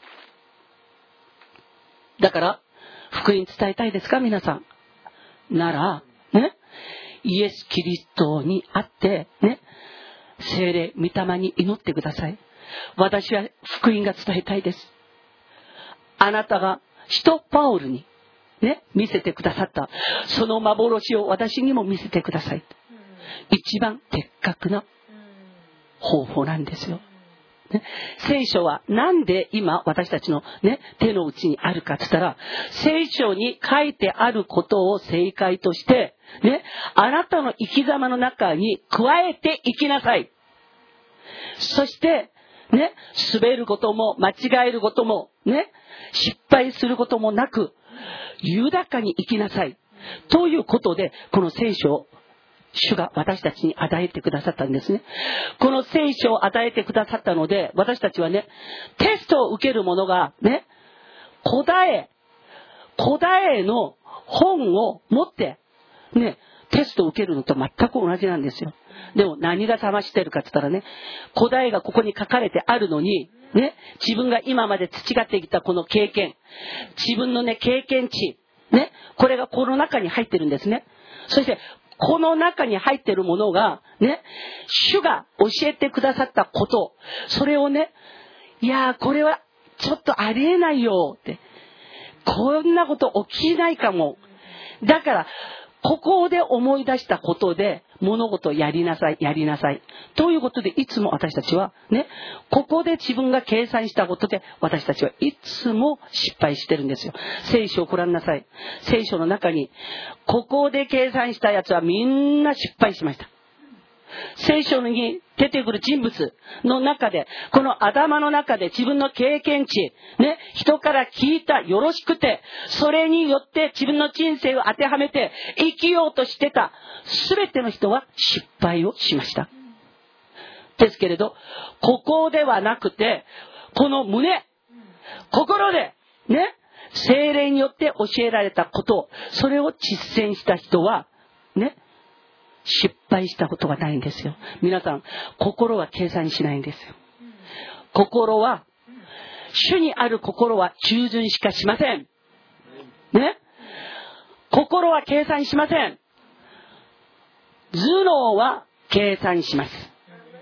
だから福音伝えたいですか皆さんならね、イエス・キリストにあってね、聖霊御霊に祈ってください。私は福音が伝えたいです。あなたが使徒パウルにね見せてくださったその幻を私にも見せてください。一番的確な方法なんですよ、ね、聖書はなんで今私たちの、ね、手の内にあるかって言ったら、聖書に書いてあることを正解として、ね、あなたの生き様の中に加えていきなさい。そしてね、滑ることも間違えることもね、失敗することもなく豊かに生きなさいということで、この聖書を主が私たちに与えてくださったんですね。この聖書を与えてくださったので、私たちはね、テストを受ける者がね、答え答えの本を持ってね、テストを受けるのと全く同じなんですよ。でも何が騙してるかって言ったらね、答えがここに書かれてあるのにね、自分が今まで培ってきたこの経験、自分のね経験値ね、これがこの中に入ってるんですね。そしてこの中に入っているものがね、主が教えてくださったこと、それをね、いやーこれはちょっとありえないよって、こんなこと起きないかも、だからここで思い出したことで物事をやりなさいやりなさいということで、いつも私たちはね、ここで自分が計算したことで私たちはいつも失敗してるんですよ。聖書をご覧なさい。聖書の中にここで計算したやつはみんな失敗しました。聖書に出てくる人物の中で、この頭の中で自分の経験値ね、人から聞いたよろしくて、それによって自分の人生を当てはめて生きようとしてた全ての人は失敗をしました。ですけれど、ここではなくて、この胸心でね、聖霊によって教えられたこと、それを実践した人はね、失敗したことがないんですよ。皆さん、心は計算しないんですよ。心は、主にある心は従順しかしません。ね。心は計算しません。頭脳は計算します。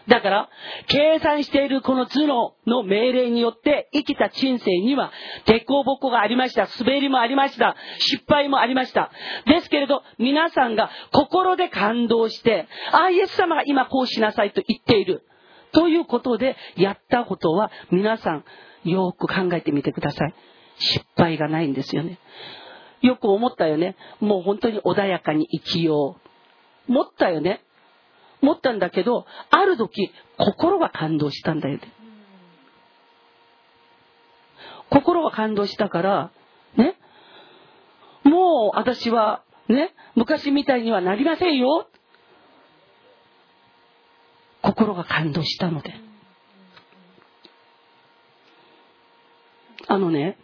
だから計算しているこの頭脳の命令によって生きた人生には凸凹がありました。滑りもありました。失敗もありました。ですけれど皆さんが心で感動して、ああイエス様が今こうしなさいと言っているということでやったことは、皆さんよく考えてみてください。失敗がないんですよね。よく思ったよね。もう本当に穏やかに生きよう。思ったよね。思ったんだけど、ある時心が感動したんだよね。心が感動したからね、もう私はね、昔みたいにはなりませんよ。心が感動したので、あのね、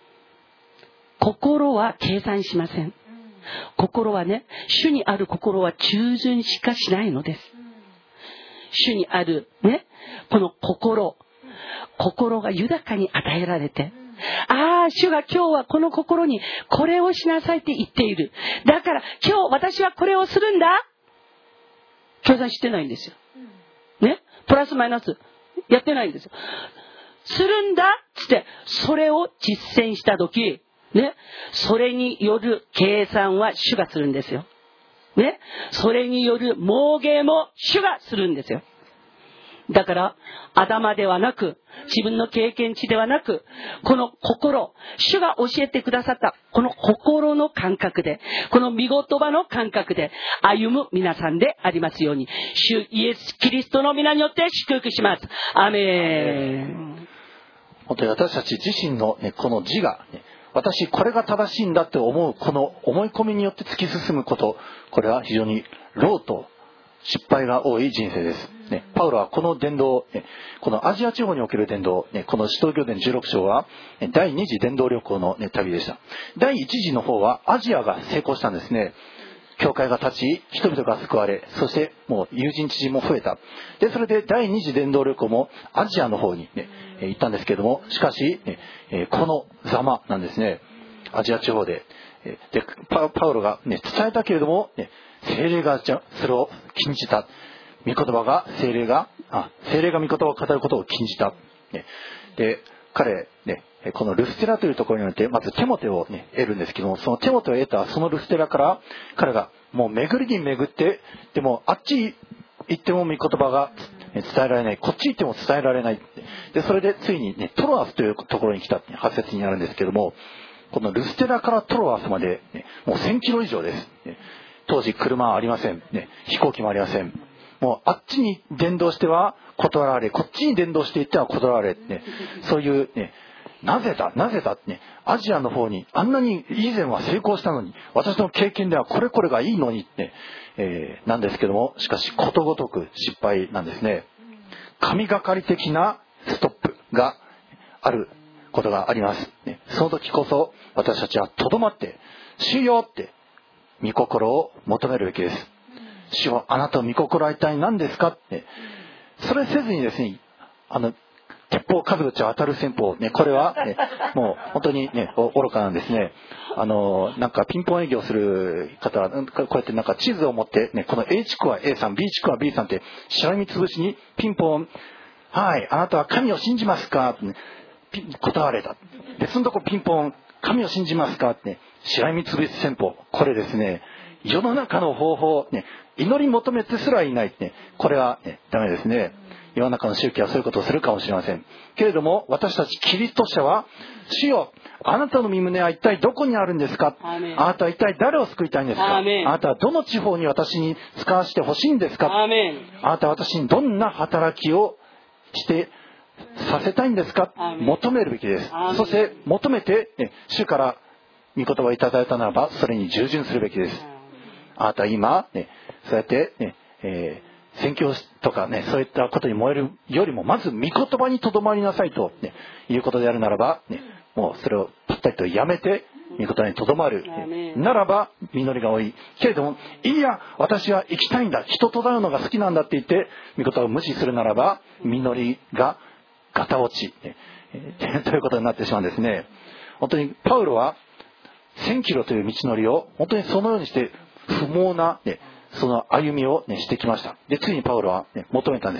心は計算しません。心はね、主にある心は従順しかしないのです。主にあるね、この心、心が豊かに与えられて、ああ、主が今日はこの心にこれをしなさいって言っている。だから今日私はこれをするんだ。計算してないんですよ。ね、プラスマイナスやってないんですよ。するんだっつってそれを実践した時ね、それによる計算は主がするんですよ。ね、それによる妄言も主がするんですよ。だから頭ではなく、自分の経験値ではなく、この心、主が教えてくださったこの心の感覚で、この御言葉の感覚で歩む皆さんでありますように、主イエスキリストの皆によって祝福します。アーメン。 本当に私たち自身の、ね、この自我、ね、私これが正しいんだって思うこの思い込みによって突き進むこと、これは非常に労と失敗が多い人生です、ね、パウロはこの伝道、ね、このアジア地方における伝道、ね、この使徒行伝じゅうろく章はだいに次伝道旅行の、ね、旅でした。だいいち次の方はアジアが成功したんですね。教会が立ち、人々が救われ、そしてもう友人知人も増えた。でそれでだいに次伝道旅行もアジアの方に、ね、行ったんですけれども、しかし、ね、このざまなんですね。アジア地方でで パ, パウロが、ね、伝えたけれども、ね、聖霊がじゃそれを禁じた。御言葉が聖霊があ聖霊が御言葉を語ることを禁じた、ね、で彼、ね、このルステラというところによってまずテモテを、ね、得るんですけども、そのテモテを得たそのルステラから彼がもう巡りに巡って、でもあっち行っても御言葉が伝えられない、こっち行っても伝えられない。でそれでついに、ね、トロアスというところに来たってはち節にあるんですけども、このルステラからトロアスまで、ね、もうせんキロ以上です、ね、当時車はありません、ね、飛行機もありません。もうあっちに伝道しては断られ、こっちに伝道していっては断られ、ね、そういう、ね、なぜだなぜだって、ね、アジアの方にあんなに以前は成功したのに、私の経験ではこれこれがいいのにって、えー、なんですけども、しかしことごとく失敗なんですね。神がかり的なストップがあることがあります、ね、その時こそ私たちはとどまって主よって御心を求めるべきです。主よ、あなたの御心は一体何ですかって、それせずにですね、あの鉄砲数打ち当たる戦法、ね、これは、ね、もう本当にね愚かなんですね。あのなんかピンポン営業する方はこうやってなんか地図を持って、ね、この A 地区は A さん B 地区は B さんってしらみつぶしにピンポン、はいあなたは神を信じますかって、ね、断れた。でそのとこピンポン、神を信じますかって、ね、しらみつぶし戦法、これですね、世の中の方法、ね、祈り求めてすらいないって、ね、これは、ね、ダメですね。世の中の宗教はそういうことをするかもしれませんけれども、私たちキリスト者は、主よ、あなたの御胸は一体どこにあるんですか。あなたは一体誰を救いたいんですか。あなたはどの地方に私に使わせてほしいんですか。あなたは私にどんな働きをしてさせたいんですか。求めるべきです。そして求めて、ね、主から御言葉をいただいたならばそれに従順するべきです。あなたは今、ね、そうやって、ねえー宣教とかね、そういったことに燃えるよりもまず御言葉にとどまりなさいと、ね、いうことであるならば、ね、もうそれをぱったりとやめて御言葉にとどまる、ね、ならば実りが多いけれども、いや私は生きたいんだ、人と会うのが好きなんだって言って御言葉を無視するならば実りがガタ落ち、ねえー、ということになってしまうんですね。本当にパウロはせんキロという道のりを本当にそのようにして不毛な、ね、その歩みを、ね、してきました。でついにパウロは、ね、求めたんです。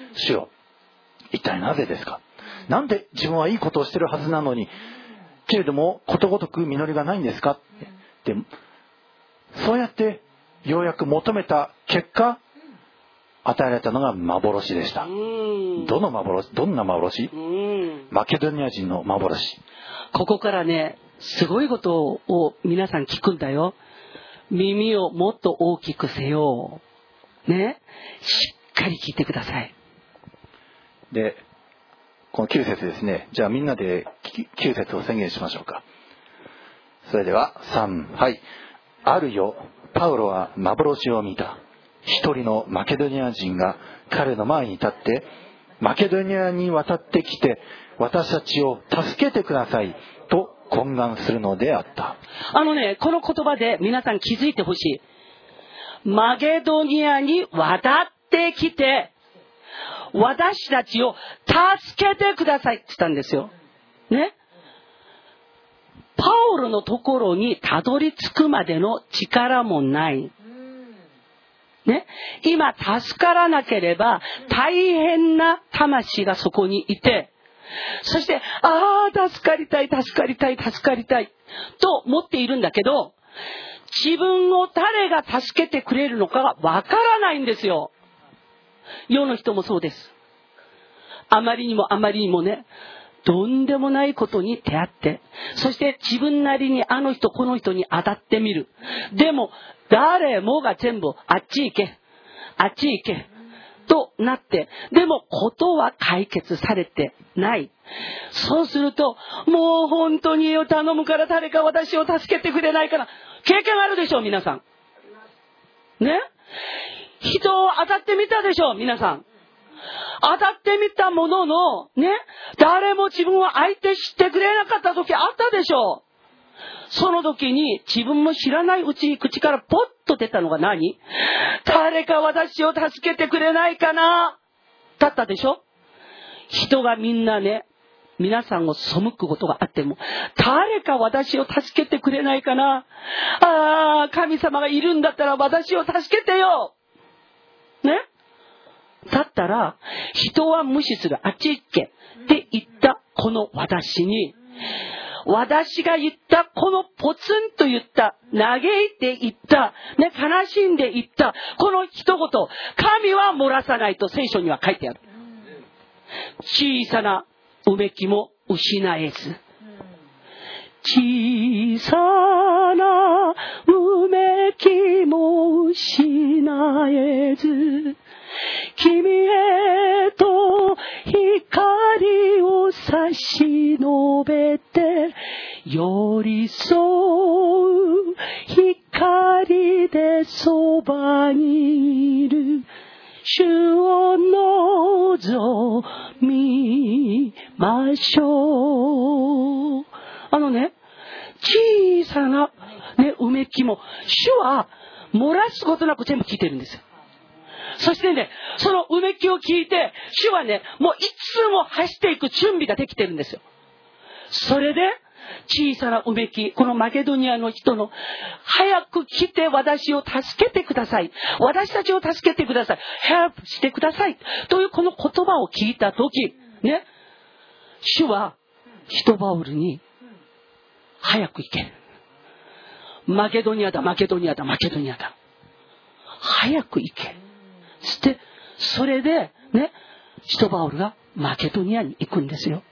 主よ、一体なぜですか。なんで自分はいいことをしてるはずなのに、けれどもことごとく実りがないんですかって。で、そうやってようやく求めた結果、与えられたのが幻でした。どの幻？どんな幻？マケドニア人の幻。 ここからね、すごいことを皆さん聞くんだよ。耳をもっと大きくせよ。ね、しっかり聞いてください。 で、このきゅう節ですね。じゃあみんなできゅう節を宣言しましょうか。それではさん、はい。あるよ、パウロは幻を見た。一人のマケドニア人が彼の前に立って、マケドニアに渡ってきて私たちを助けてくださいと懇願するのであった。 あのね、この言葉で皆さん気づいてほしい。マケドニアに渡ってきて私たちを助けてくださいって言ったんですよ。ね。パウロのところにたどり着くまでの力もない。ね。今助からなければ大変な魂がそこにいて、そして、ああ、助かりたい、助かりたい、助かりたいと思っているんだけど、自分を誰が助けてくれるのかがわからないんですよ。世の人もそうです。あまりにもあまりにもね、とんでもないことに出会って、そして自分なりにあの人この人に当たってみる。でも誰もが全部あっち行け、あっち行けとなって、でもことは解決されてない。そうすると、もう本当に頼むから誰か私を助けてくれないかな。経験あるでしょう皆さん。ね。人を当たってみたでしょう皆さん。当たってみたもののね、誰も自分を相手してくれなかった時あったでしょう。その時に自分も知らないうちに口からポッと出たのが何？誰か私を助けてくれないかなだったでしょ。人がみんなね、皆さんを背くことがあっても、誰か私を助けてくれないかな。ああ、神様がいるんだったら私を助けてよ。ね。だったら人は無視する、あっち行けって言ったこの私に、私が言ったこのポツンと言った嘆いて言った、ね、悲しんで言ったこの一言、神は漏らさないと聖書には書いてある。小さなうめきも失えず、小さなうめきも失えず、君へと光を差し伸べて寄り添う、光でそばにいる主を望みましょう。あのね、小さな、ね、うめきも主は漏らすことなく全部聞いてるんですよ。そしてね、そのうめきを聞いて、主はね、もういつも走っていく準備ができてるんですよ。それで、小さなうめき、このマケドニアの人の、早く来て私を助けてください。私たちを助けてください。ヘルプしてください。というこの言葉を聞いたとき、ね、主は、人バウルに、早く行け。マケドニアだ、マケドニアだ、マケドニアだ。早く行け。そして、それで、ね、シトバウルがマケドニアに行くんですよ。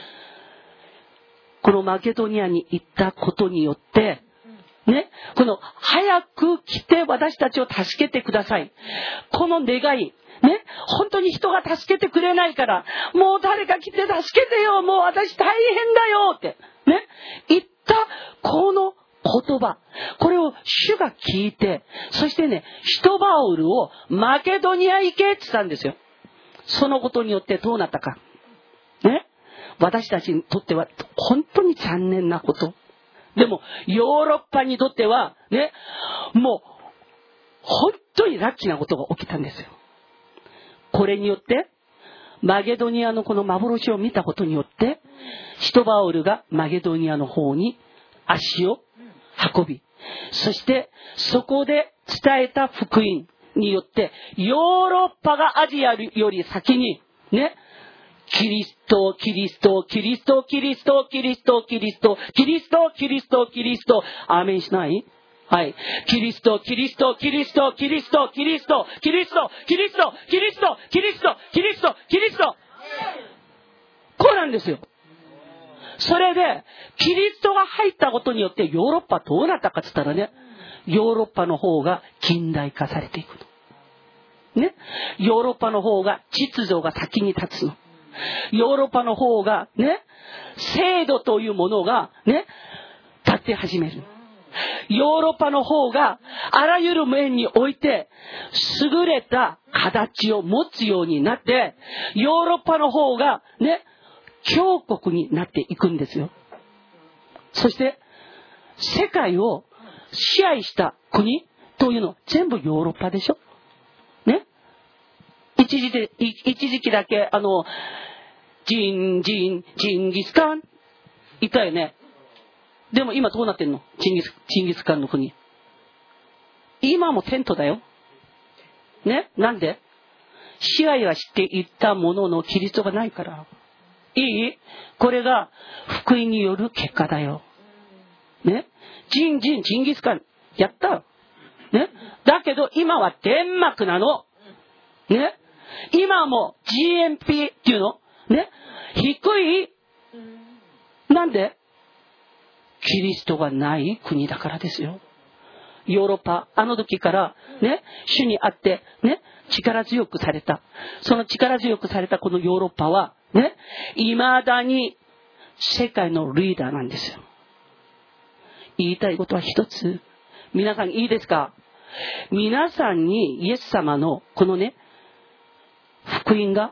このマケドニアに行ったことによって、ね、この早く来て私たちを助けてください。この願い、ね、本当に人が助けてくれないから、もう誰か来て助けてよ、もう私大変だよって、ね、言ったこの言葉、これを主が聞いて、そしてね、シトバウルをマケドニア行けって言ったんですよ。そのことによってどうなったか。ね、私たちにとっては本当に残念なこと。でも、ヨーロッパにとっては、ね、もう、本当にラッキーなことが起きたんですよ。これによって、マケドニアのこの幻を見たことによって、シトバウルがマケドニアの方に足を運び、そしてそこで伝えた福音、 によって、ヨーロッパがアジアより先に、ね、キリスト、キリスト、キリスト、キリスト、キリスト、キリスト、キリスト、キリスト、キリスト、アーメンしない？はい。キリスト、キリスト、キリスト、キリスト、キリスト、キリスト、キリスト、キリスト、キリスト、キリスト、キリスト。こうなんですよ。それで、キリストが入ったことによってヨーロッパどうなったかって言ったらね、ヨーロッパの方が近代化されていくの。ね。ヨーロッパの方が秩序が先に立つの。ヨーロッパの方がね、制度というものがね、立って始める。ヨーロッパの方があらゆる面において優れた形を持つようになって、ヨーロッパの方がね、強国になっていくんですよ。そして世界を支配した国というのは全部ヨーロッパでしょ。ね。一時で一時期だけあのジンジンジンギスカンいたよね。でも今どうなってんの？チンギス、チンギスカンの国。今もテントだよ。ね？なんで？支配はしていったもののキリストがないから。いい？これが福音による結果だよ。ね？ジンジン、チンギスカン。やった。ね？だけど今はデンマークなの。ね？今も ジーエヌピー っていうの？ね？低い？なんで？キリストがない国だからですよ。ヨーロッパ、あの時からね、主にあってね、力強くされた。その力強くされたこのヨーロッパはね、未だに世界のリーダーなんですよ。言いたいことは一つ。皆さんいいですか？皆さんにイエス様のこのね、福音が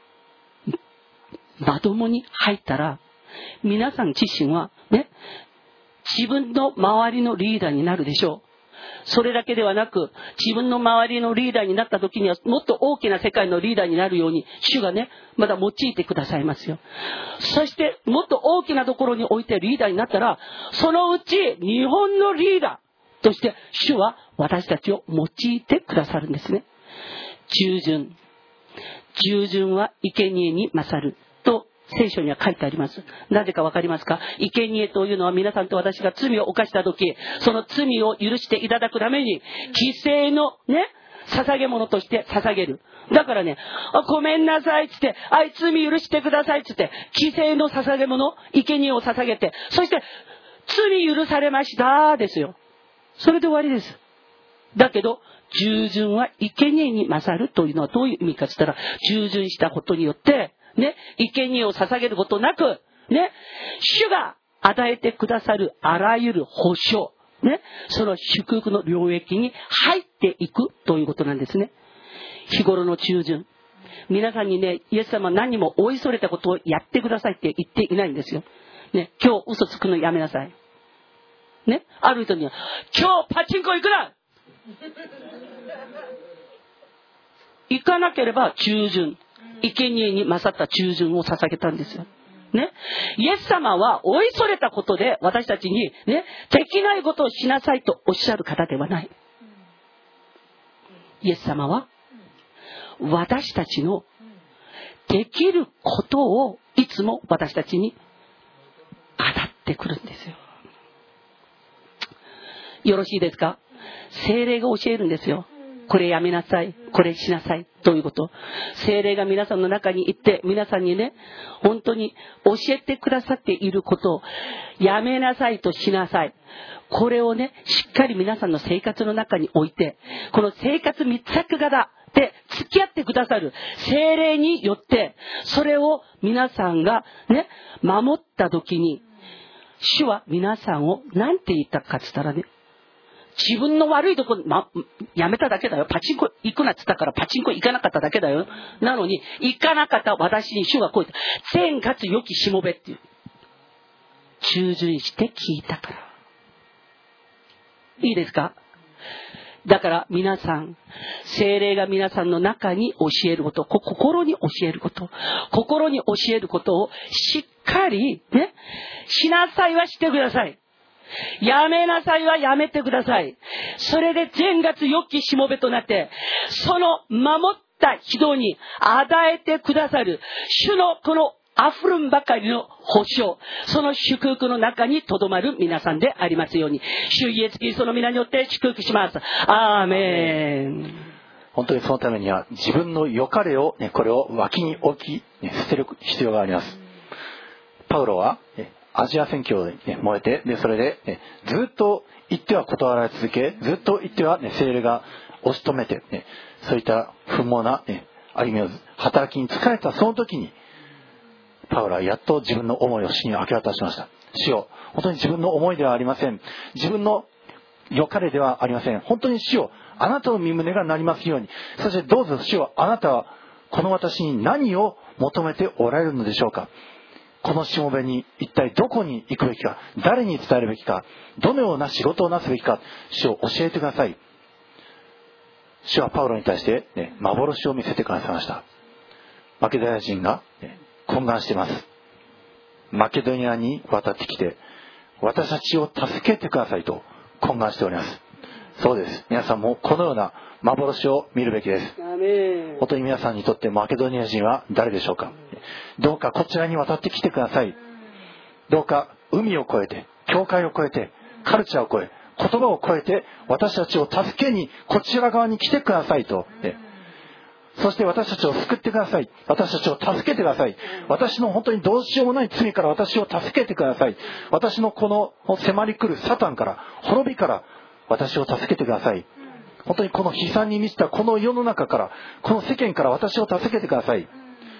まともに入ったら、皆さん自身はね、自分の周りのリーダーになるでしょう。それだけではなく、自分の周りのリーダーになった時にはもっと大きな世界のリーダーになるように主がね、まだ用いてくださいますよ。そしてもっと大きなところに置いてリーダーになったら、そのうち日本のリーダーとして主は私たちを用いてくださるんですね。従順。従順は生贄に勝ると聖書には書いてあります。なぜかわかりますか？生贄というのは皆さんと私が罪を犯したとき、その罪を許していただくために、犠牲のね、捧げ物として捧げる。だからね、あ、ごめんなさいっつって、あい罪許してくださいっつって、犠牲の捧げ物、生贄を捧げて、そして罪許されましたですよ。それで終わりです。だけど、従順は生贄に勝るというのはどういう意味かって言ったら、従順したことによって、ね、生贄を捧げることなく、ね、主が与えてくださるあらゆる保証、ね、その祝福の領域に入っていくということなんですね。日頃の従順。皆さんにね、イエス様は何もおいそれたことをやってくださいって言っていないんですよ。ね、今日嘘つくのやめなさい。ね、ある人には、今日パチンコ行くな行かなければ従順。生贄に勝った従順を捧げたんですよ。ね。イエス様はおいそれたことで私たちにね、できないことをしなさいとおっしゃる方ではない。イエス様は私たちのできることをいつも私たちに語ってくるんですよ。よろしいですか？聖霊が教えるんですよ。これやめなさい、これしなさいということ。聖霊が皆さんの中に行って皆さんにね、本当に教えてくださっていることをやめなさいとしなさい。これをね、しっかり皆さんの生活の中に置いて、この生活密着型で付き合ってくださる聖霊によって、それを皆さんがね、守った時に、主は皆さんを何て言ったかって言ったらね、自分の悪いところ、ま、やめただけだよ。パチンコ行くなって言ったからパチンコ行かなかっただけだよ。なのに、行かなかった私に主がこう言った。善かつ良きしもべっていう。従順して聞いたから。いいですか？だから皆さん、聖霊が皆さんの中に教えること、心に教えること、心に教えることをしっかりね、しなさいはしてください。 やめなさいはやめてください。それで善月良きしもべとなって、その守った人に与えてくださる主のこの溢るんばかりの保証、その祝福の中にとどまる皆さんでありますように、主イエスキリストの皆によって祝福します。アーメン。 本当にそのためには自分の良かれを、ね、これを脇に置き、ね、捨てる必要があります。パウロは、ね、アジア宣教に、ね、燃えて、でそれで、ね、ずっと言っては断られ続け、ずっと言っては、ね、聖霊が押し止めて、ね、そういった不毛な、ね、歩みを働きに疲れたその時に、パウロはやっと自分の思いを主に明け渡しました。主よ、本当に自分の思いではありません。自分の良かれではありません。本当に主よ、あなたの御胸がなりますように。そしてどうぞ主よ、あなたはこの私に何を求めておられるのでしょうか。このしもべに一体どこに行くべきか、誰に伝えるべきか、どのような仕事をなすべきか、主を教えてください。主はパウロに対して、ね、幻を見せてくださいました。マケドニア人が、ね、懇願しています。マケドニアに渡ってきて、私たちを助けてくださいと懇願しております。そうです。皆さんもこのような幻を見るべきです。本当に皆さんにとってマケドニア人は誰でしょうか。どうかこちらに渡ってきてください。どうか海を越えて、境界を越えて、カルチャーを越え、言葉を越えて、私たちを助けにこちら側に来てくださいと。そして私たちを救ってください。私たちを助けてください。私の本当にどうしようもない罪から私を助けてください。私のこの迫り来るサタンから、滅びから私を助けてください。本当にこの悲惨に満ちたこの世の中から、この世間から私を助けてください。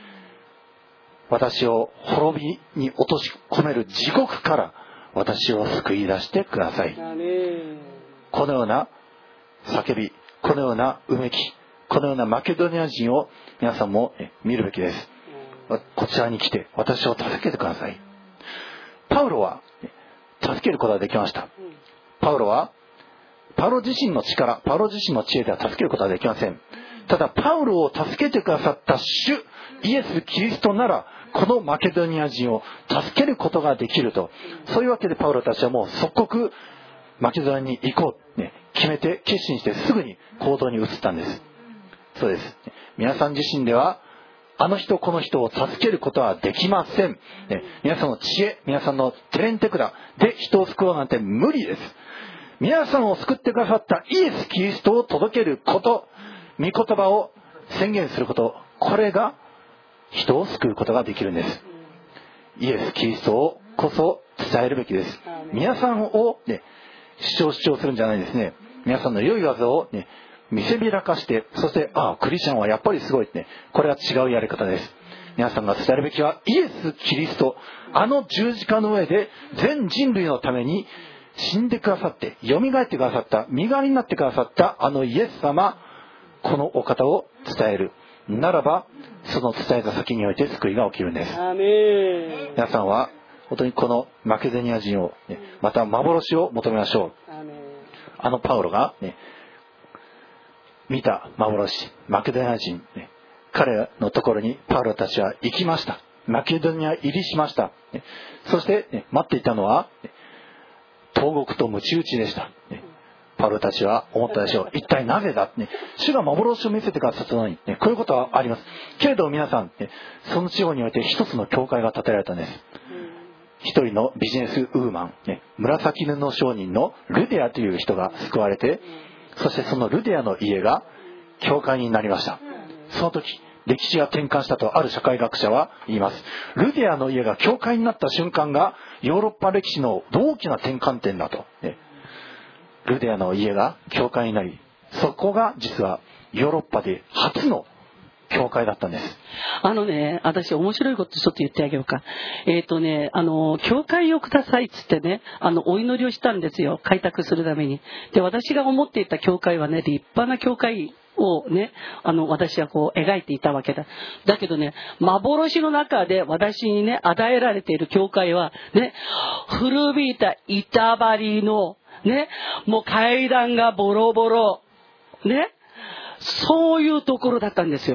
私を滅びに落とし込める地獄から私を救い出してください。このような叫び、このようなうめき、このようなマケドニア人を皆さんも見るべきです。こちらに来て私を助けてください。パウロは助けることができました。パウロはパウロ自身の力、パウロ自身の知恵では助けることはできません。ただパウロを助けてくださった主イエス・キリストなら、このマケドニア人を助けることができると、そういうわけでパウロたちはもう即刻マケドニアに行こう、ね、決めて決心してすぐに行動に移ったんです。そうです。皆さん自身ではあの人この人を助けることはできません、ね、皆さんの知恵、皆さんのテレンテクダで人を救おうなんて無理です。皆さんを救ってくださったイエス・キリストを届けること、御言葉を宣言すること、これが人を救うことができるんです。イエス・キリストをこそ伝えるべきです。皆さんを、ね、主張主張するんじゃないですね。皆さんの良い技を、ね、見せびらかして、そしてああクリスチャンはやっぱりすごいってね、これは違うやり方です。皆さんが伝えるべきはイエス・キリスト、あの十字架の上で全人類のために死んでくださって、蘇ってくださった、身代わりになってくださったあのイエス様、このお方を伝えるならば、その伝えた先において救いが起きるんです。 アメン。 皆さんは本当にこのマケドニア人を、ね、また幻を求めましょう。 アメン。 あのパウロが、ね、見た幻、マケドニア人、ね、彼のところにパウロたちは行きました。マケドニア入りしました。ね、そして、ね、待っていたのは、ね、投獄と鞭打ちでした。ね、パウロたちは思ったでしょう。一体なぜだ、ね、主が幻を見せてくださったのに、ね、こういうことはあります。けれど皆さん、ね、その地方において一つの教会が建てられたんです。一人のビジネスウーマン、ね、紫布商人のルデアという人が救われて、そしてそのルデアの家が教会になりました。その時歴史が転換したとある社会学者は言います。ルデアの家が教会になった瞬間がヨーロッパ歴史の大きな転換点だと、ね、ルデアの家が教会になり、そこが実はヨーロッパで初の教会だったんです。 あのね、私面白いことちょっと言ってあげようか。えっとね、あの教会をくださいっつってね、あのお祈りをしたんですよ、開拓するために。で、私が思っていた教会はね、立派な教会をね、あの私はこう描いていたわけだ。だけどね、幻の中で私にね与えられている教会はね、古びた板張りのね、もう階段がボロボロね、そういうところだったんですよ。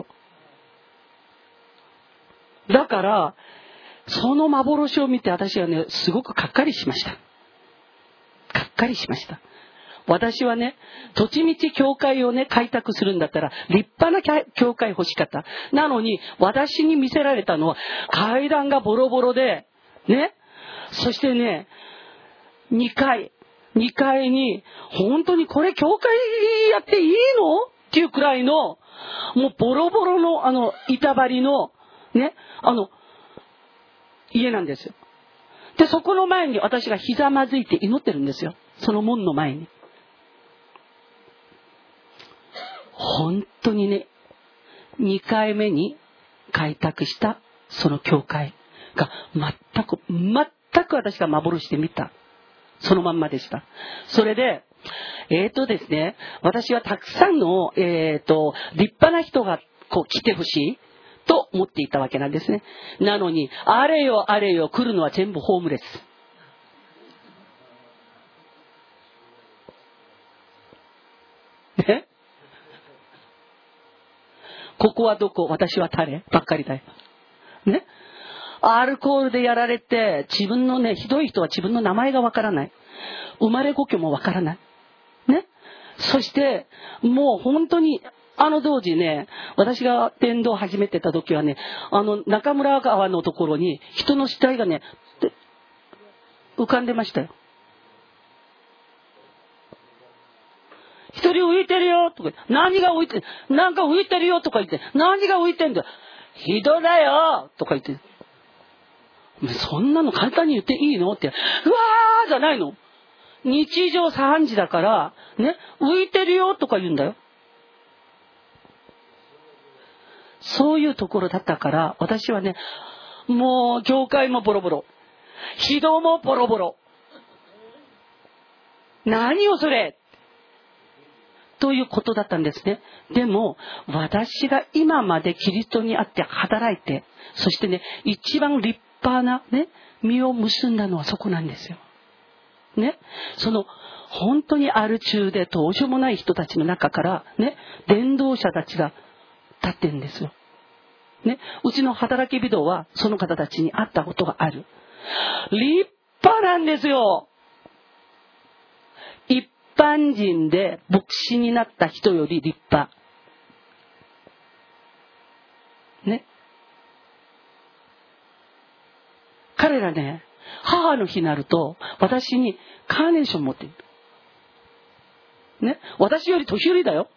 だからその幻を見て私はね、すごくがっかりしました。 かりしました。私はね、土地道教会をね、開拓するんだったら、立派な教会欲しかった。なのに、私に見せられたのは、階段がボロボロで、ね、そしてね、にかい、にかいに、本当にこれ教会やっていいのっていうくらいの、もうボロボロの、あの、板張りの、ね、あの、家なんですよ。で、そこの前に私がひざまずいて祈ってるんですよ。その門の前に。本当にね、にかいめに開拓したその教会が全く、全く私が幻で見た。そのまんまでした。それで、えーとですね、私はたくさんの、えーと、立派な人がこう来てほしいと思っていたわけなんですね。なのに、あれよあれよ来るのは全部ホームレス。ね、ここはどこ、私は誰ばっかりだよ。ね。アルコールでやられて、自分のね、ひどい人は自分の名前がわからない。生まれ故郷もわからない。ね。そして、もう本当に、あの当時ね、私が伝道を始めてた時はね、あの中村川のところに人の死体がね、浮かんでましたよ。一人浮いてるよとか、何が浮いてる、なんか浮いてるよとか言って、何が浮いてんだよ、人だよとか言って、そんなの簡単に言っていいのって、うわーじゃないの。日常茶飯事だから、ね、浮いてるよとか言うんだよ。そういうところだったから、私はね、もう教会もボロボロ、人もボロボロ。何よそれということだったんですね。でも私が今までキリストにあって働いて、そしてね、一番立派なね、実を結んだのはそこなんですよ。ね、その本当にアル中でどうしようもない人たちの中からね、伝道者たちが立ってるんですよ。ね、うちの働き人はその方たちに会ったことがある。立派なんですよ。一般人で牧師になった人より立派。ね。彼らね、母の日になると私にカーネーション持っている。ね。私より年寄りだよ。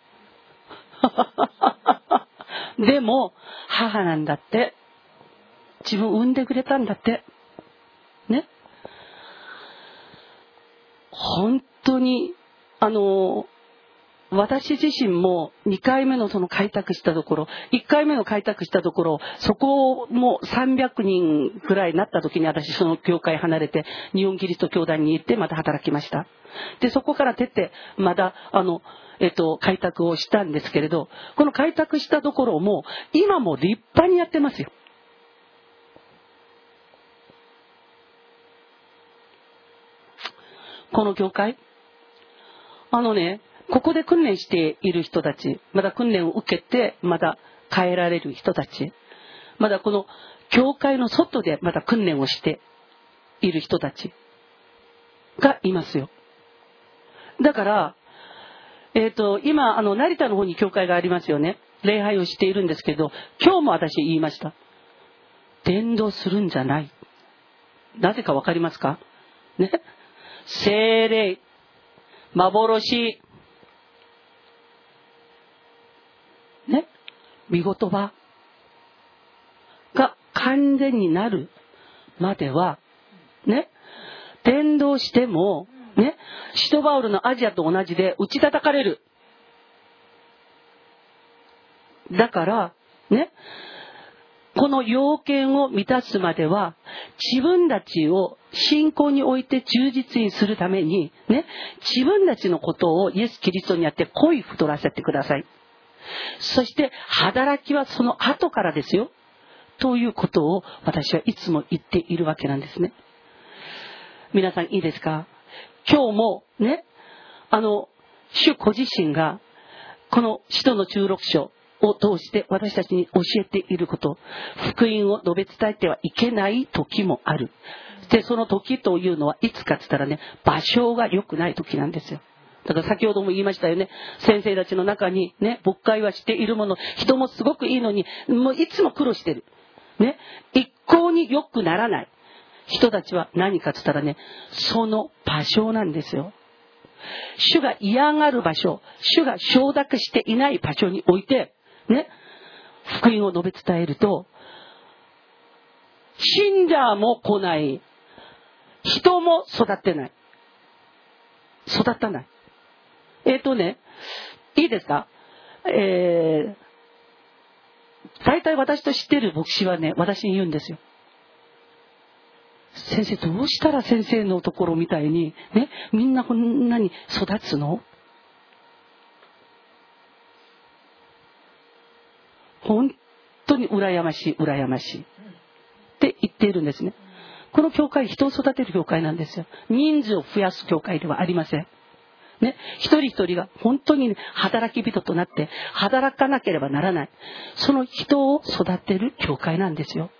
でも母なんだって。自分を産んでくれたんだって。ね。本当にあの私自身もにかいめのその開拓したところ、いっかいめの開拓したところ、そこもさんびゃくにんくらいになった時に私その教会離れて日本キリスト教団に行ってまた働きました。でそこから出てまたあのえっと開拓をしたんですけれど、この開拓したところも今も立派にやってますよ。この教会、あのね、ここで訓練している人たち、まだ訓練を受けてまだ変えられる人たち、まだこの教会の外でまだ訓練をしている人たちがいますよ。だからえっと今あの成田の方に教会がありますよね。礼拝をしているんですけど、今日も私言いました。伝道するんじゃない。なぜかわかりますかね。聖霊、幻、ね、御言葉が完全になるまではね、伝道してもね、シトバウルのアジアと同じで打ち叩かれる。だからね、この要件を満たすまでは自分たちを信仰において忠実にするためにね、自分たちのことをイエス・キリストにあって恋太らせてください。そして働きはその後からですよということを私はいつも言っているわけなんですね。皆さんいいですか。今日もね、あの主ご自身がこの使徒のじゅうろく章を通して私たちに教えていること、福音を述べ伝えてはいけない時もある。 でその時というのはいつかって言ったらね、場所が良くない時なんですよ。だから先ほども言いましたよね、先生たちの中にね、牧会はしているもの、人もすごくいいのに、もういつも苦労してるね、一向に良くならない人たちは何かって言ったらね、その場所なんですよ。主が嫌がる場所、主が承諾していない場所においてね、福音を述べ伝えると、信者も来ない、人も育ってない、育たない。えっとね、いいですか、えー、大体私と知ってる牧師はね、私に言うんですよ。先生、どうしたら先生のところみたいにね、みんなこんなに育つの？本当に羨ましい羨ましいって言っているんですね。この教会、人を育てる教会なんですよ。人数を増やす教会ではありませんね。一人一人が本当に、ね、働き人となって働かなければならない、その人を育てる教会なんですよ。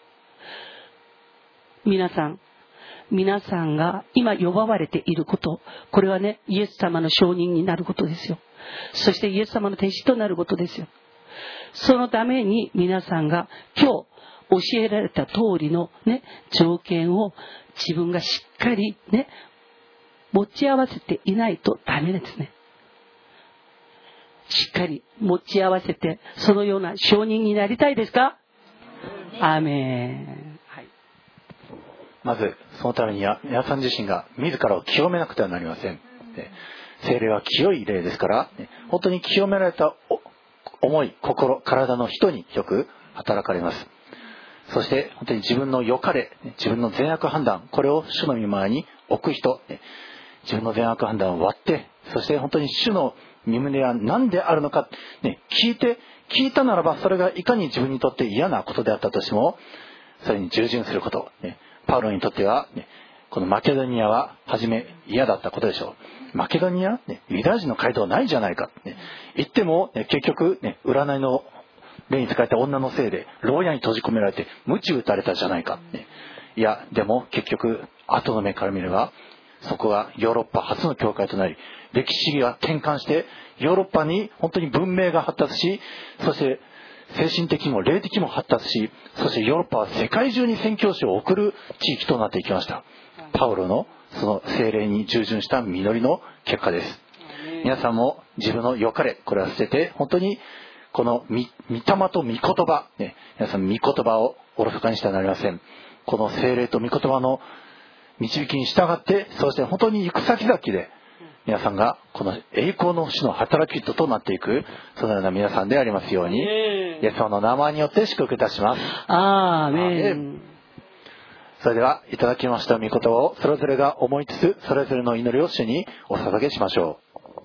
皆さん皆さんが今呼ばれていること、これはね、イエス様の証人になることですよ。そしてイエス様の弟子となることですよ。そのために皆さんが今日教えられた通りのね、条件を自分がしっかりね、持ち合わせていないとダメですね。しっかり持ち合わせて、そのような証人になりたいですか？アーメン。はい。 まずそのためには皆さん自身が自らを清めなくてはなりません。聖霊は清い霊ですから、本当に清められた思い、心、体の人によく働かれます。そして本当に自分の良かれ、自分の善悪判断、これを主の御前に置く人、自分の善悪判断を割って、そして本当に主の御胸は何であるのか、ね、聞いて聞いたならば、それがいかに自分にとって嫌なことであったとしても、それに従順すること、ね、パウロにとっては、ね、このマケドニアは初め嫌だったことでしょう。マケドニア、ね、ユダヤ人の街道ないじゃないか、ね、言っても、ね、結局、ね、占いの例に使えた女のせいで牢屋に閉じ込められて鞭打たれたじゃないか、ね、いやでも結局後の目から見れば、そこがヨーロッパ初の教会となり、歴史が転換してヨーロッパに本当に文明が発達し、そして精神的にも霊的にも発達し、そしてヨーロッパは世界中に宣教師を送る地域となっていきました。パウロのその聖霊に従順した実りの結果です。皆さんも自分の良かれ、これは捨てて、本当にこの御霊と御言葉、ね、皆さん御言葉をおろそかにしてはなりません。この聖霊と御言葉の導きに従って、そして本当に行く先々で皆さんがこの栄光の主の働き人となっていく、そのような皆さんでありますように、イエス様の名前によって祝福いたします。 アーメン。 それではいただきました御言葉をそれぞれが思いつつ、それぞれの祈りを主にお捧げしましょう。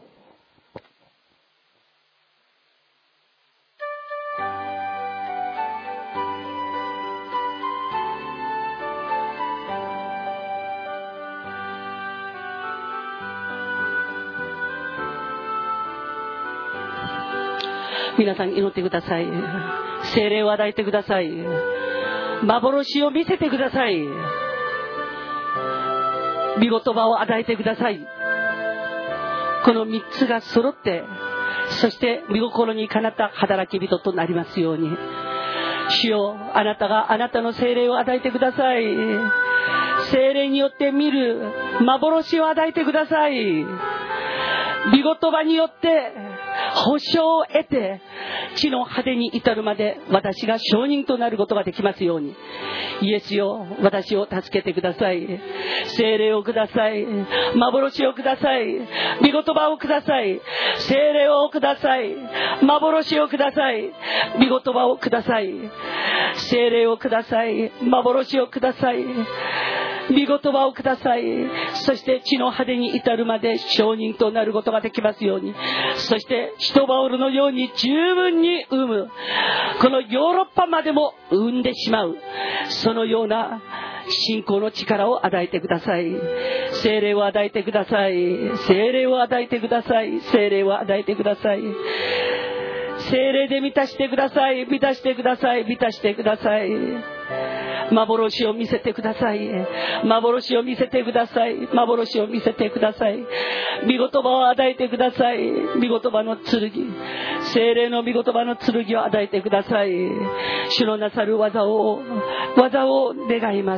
皆さん祈ってください。聖霊を与えてください。幻を見せてください。御言葉を与えてください。この三つが揃って、そして御心にかなった働き人となりますように。主よ、あなたがあなたの聖霊を与えてください。聖霊によって見る幻を与えてください。御言葉によって保証を得て、地の果てに至るまで私が証人となることができますように。イエスよ、私を助けてください。聖霊をください。幻をください。御言葉をください。聖霊をください。幻をください。御言葉をください。聖霊をください。幻をください。御言葉をください。そして地の果てに至るまで証人となることができますように。そしてシトバオルのように十分に産む、このヨーロッパまでも産んでしまう、そのような信仰の力を与えてください。聖霊を与えてください。聖霊を与えてください。聖霊を与えてください。 聖霊で満たしてください、満たしてください、満たしてください。幻を見せてください、幻を見せてください、幻を見せてください。御言葉を与えてください。御言葉の剣、聖霊の御言葉の剣を与えてください。主のなさる技を技を願います。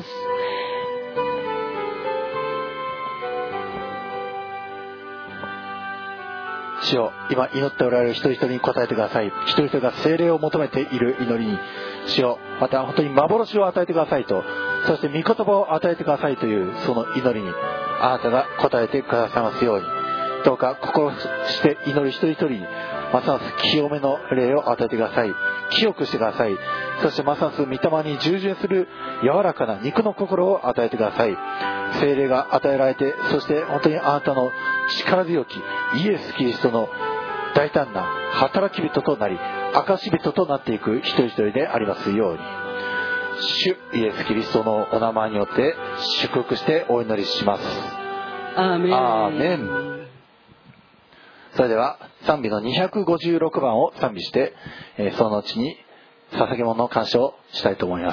主よ、今祈っておられる一人一人に答えてください。一人一人が聖霊を求めている祈りに、主よ、また本当に幻を与えてくださいと、そして御言葉を与えてくださいというその祈りにあなたが答えてくださいますように、どうか心して祈る一人一人にますます清めの霊を与えてください。清くしてください。そしてますます御霊に従順する柔らかな肉の心を与えてください。聖霊が与えられて、そして本当にあなたの力強きイエス・キリストの大胆な働き人となり、証人となっていく一人一人でありますように、主イエス・キリストのお名前によって祝福してお祈りします。 アーメン。 アーメン。それでは賛美のにひゃくごじゅうろくばんを賛美して、その後に捧げ物の感謝をしたいと思います。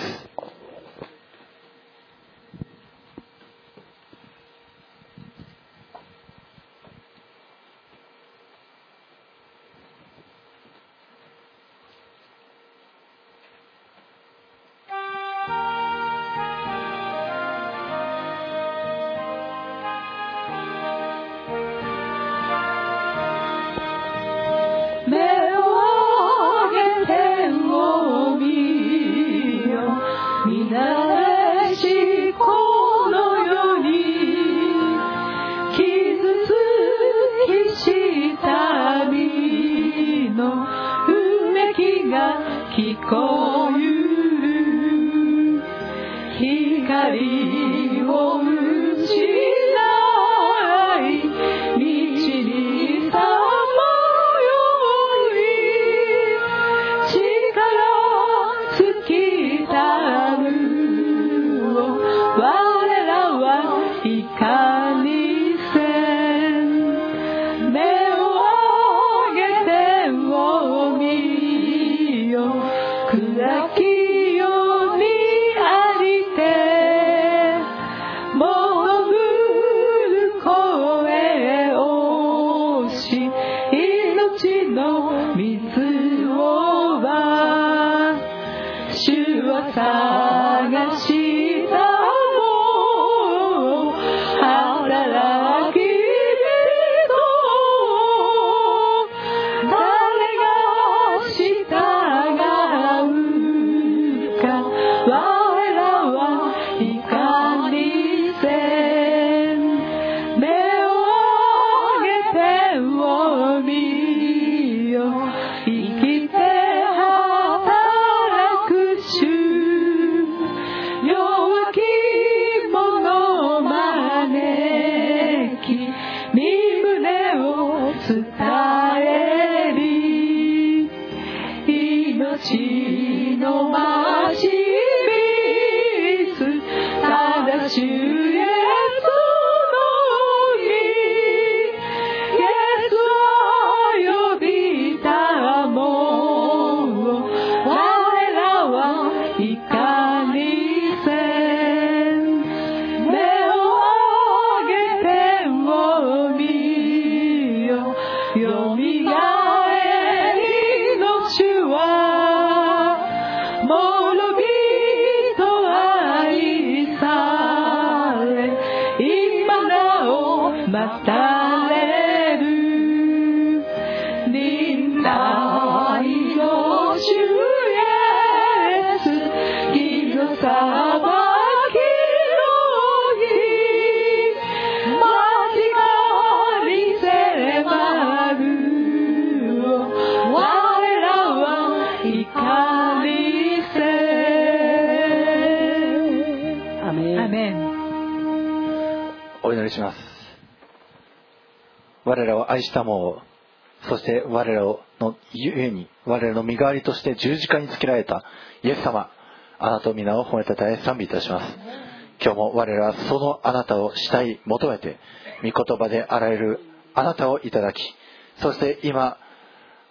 我らを愛したもの、そして我らのゆえに我らの身代わりとして十字架につけられたイエス様、あなたの皆を褒めたたえ賛美いたします。今日も我らはそのあなたを慕い求めて、御言葉であらゆるあなたをいただき、そして今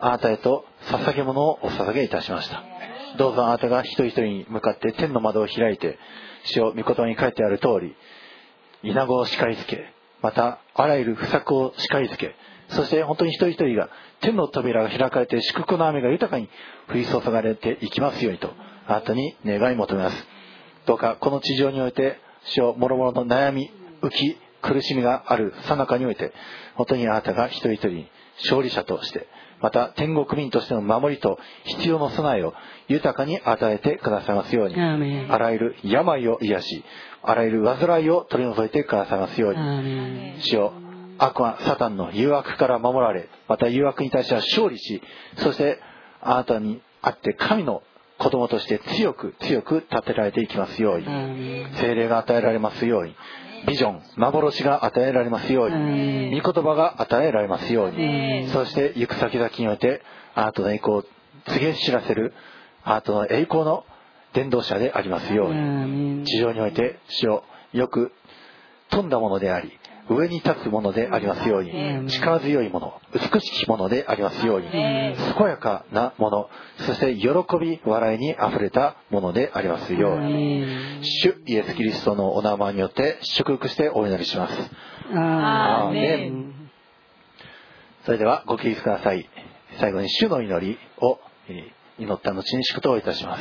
あなたへと捧げ物をお捧げいたしました。どうぞあなたが一人一人に向かって天の窓を開いて、主よ御言葉に書いてある通り、稲子を叱りつけ、またあらゆる不作を叱りつけ、そして本当に一人一人が天の扉が開かれて祝福の雨が豊かに降り注がれていきますようにとあなたに願い求めます。どうかこの地上において主よ諸々の悩み、浮き、苦しみがある最中において、本当にあなたが一人一人に勝利者として、また天国民としての守りと必要の備えを豊かに与えてくださいますように、あらゆる病を癒し、あらゆる患いを取り除いてくださいますように、主よ悪魔サタンの誘惑から守られ、また誘惑に対しては勝利し、そしてあなたにあって神の子供として強く強く立てられていきますように、聖霊が与えられますように、ビジョン、幻が与えられますように、御言葉が与えられますように、そして行く先々においてあなたの栄光を告げ知らせるあなたの栄光の伝道者でありますように、地上において主をよく富んだものであり、上に立つものでありますように、力強いもの、美しきものでありますように、健やかなもの、そして喜び笑いにあふれたものでありますように、主イエスキリストのお名前によって祝福してお祈りします。アーメン。それではご起立ください。最後に主の祈りを祈った後に祝祷をいたします。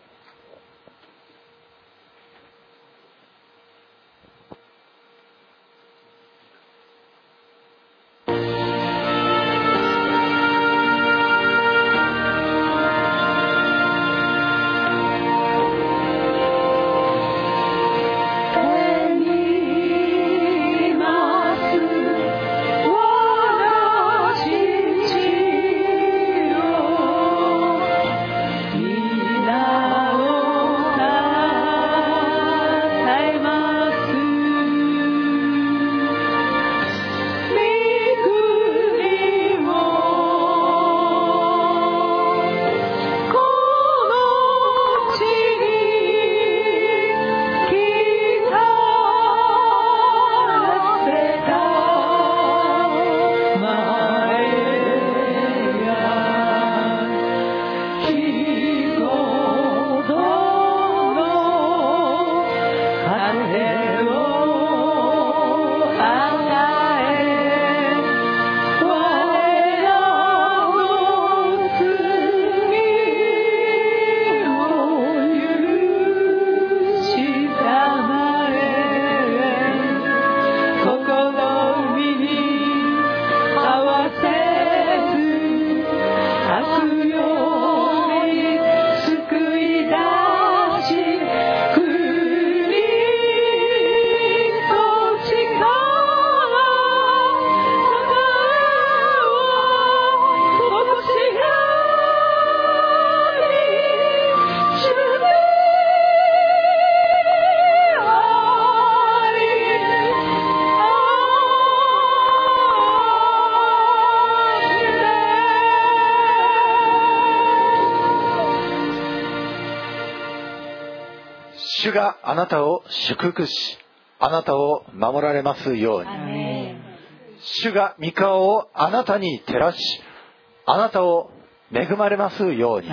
主があなたを祝福し、あなたを守られますように。主が御顔をあなたに照らし、あなたを恵まれますように。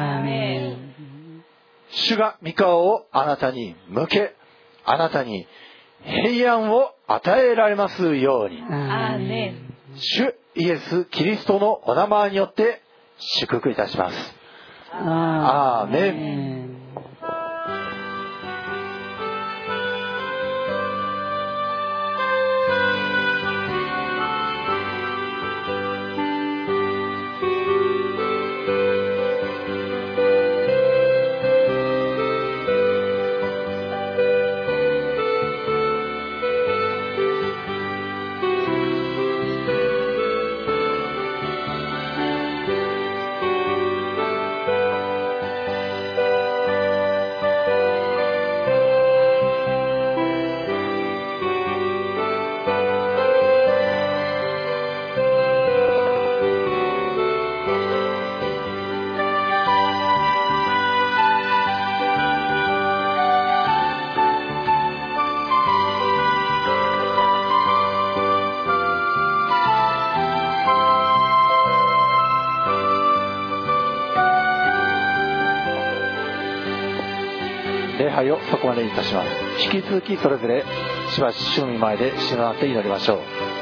主が御顔をあなたに向け、あなたに平安を与えられますように。主イエス・キリストのお名前によって祝福いたします。アーメン。 拝をそこまでいたします。引き続きそれぞれしばし主の御前で主のあって祈りましょう。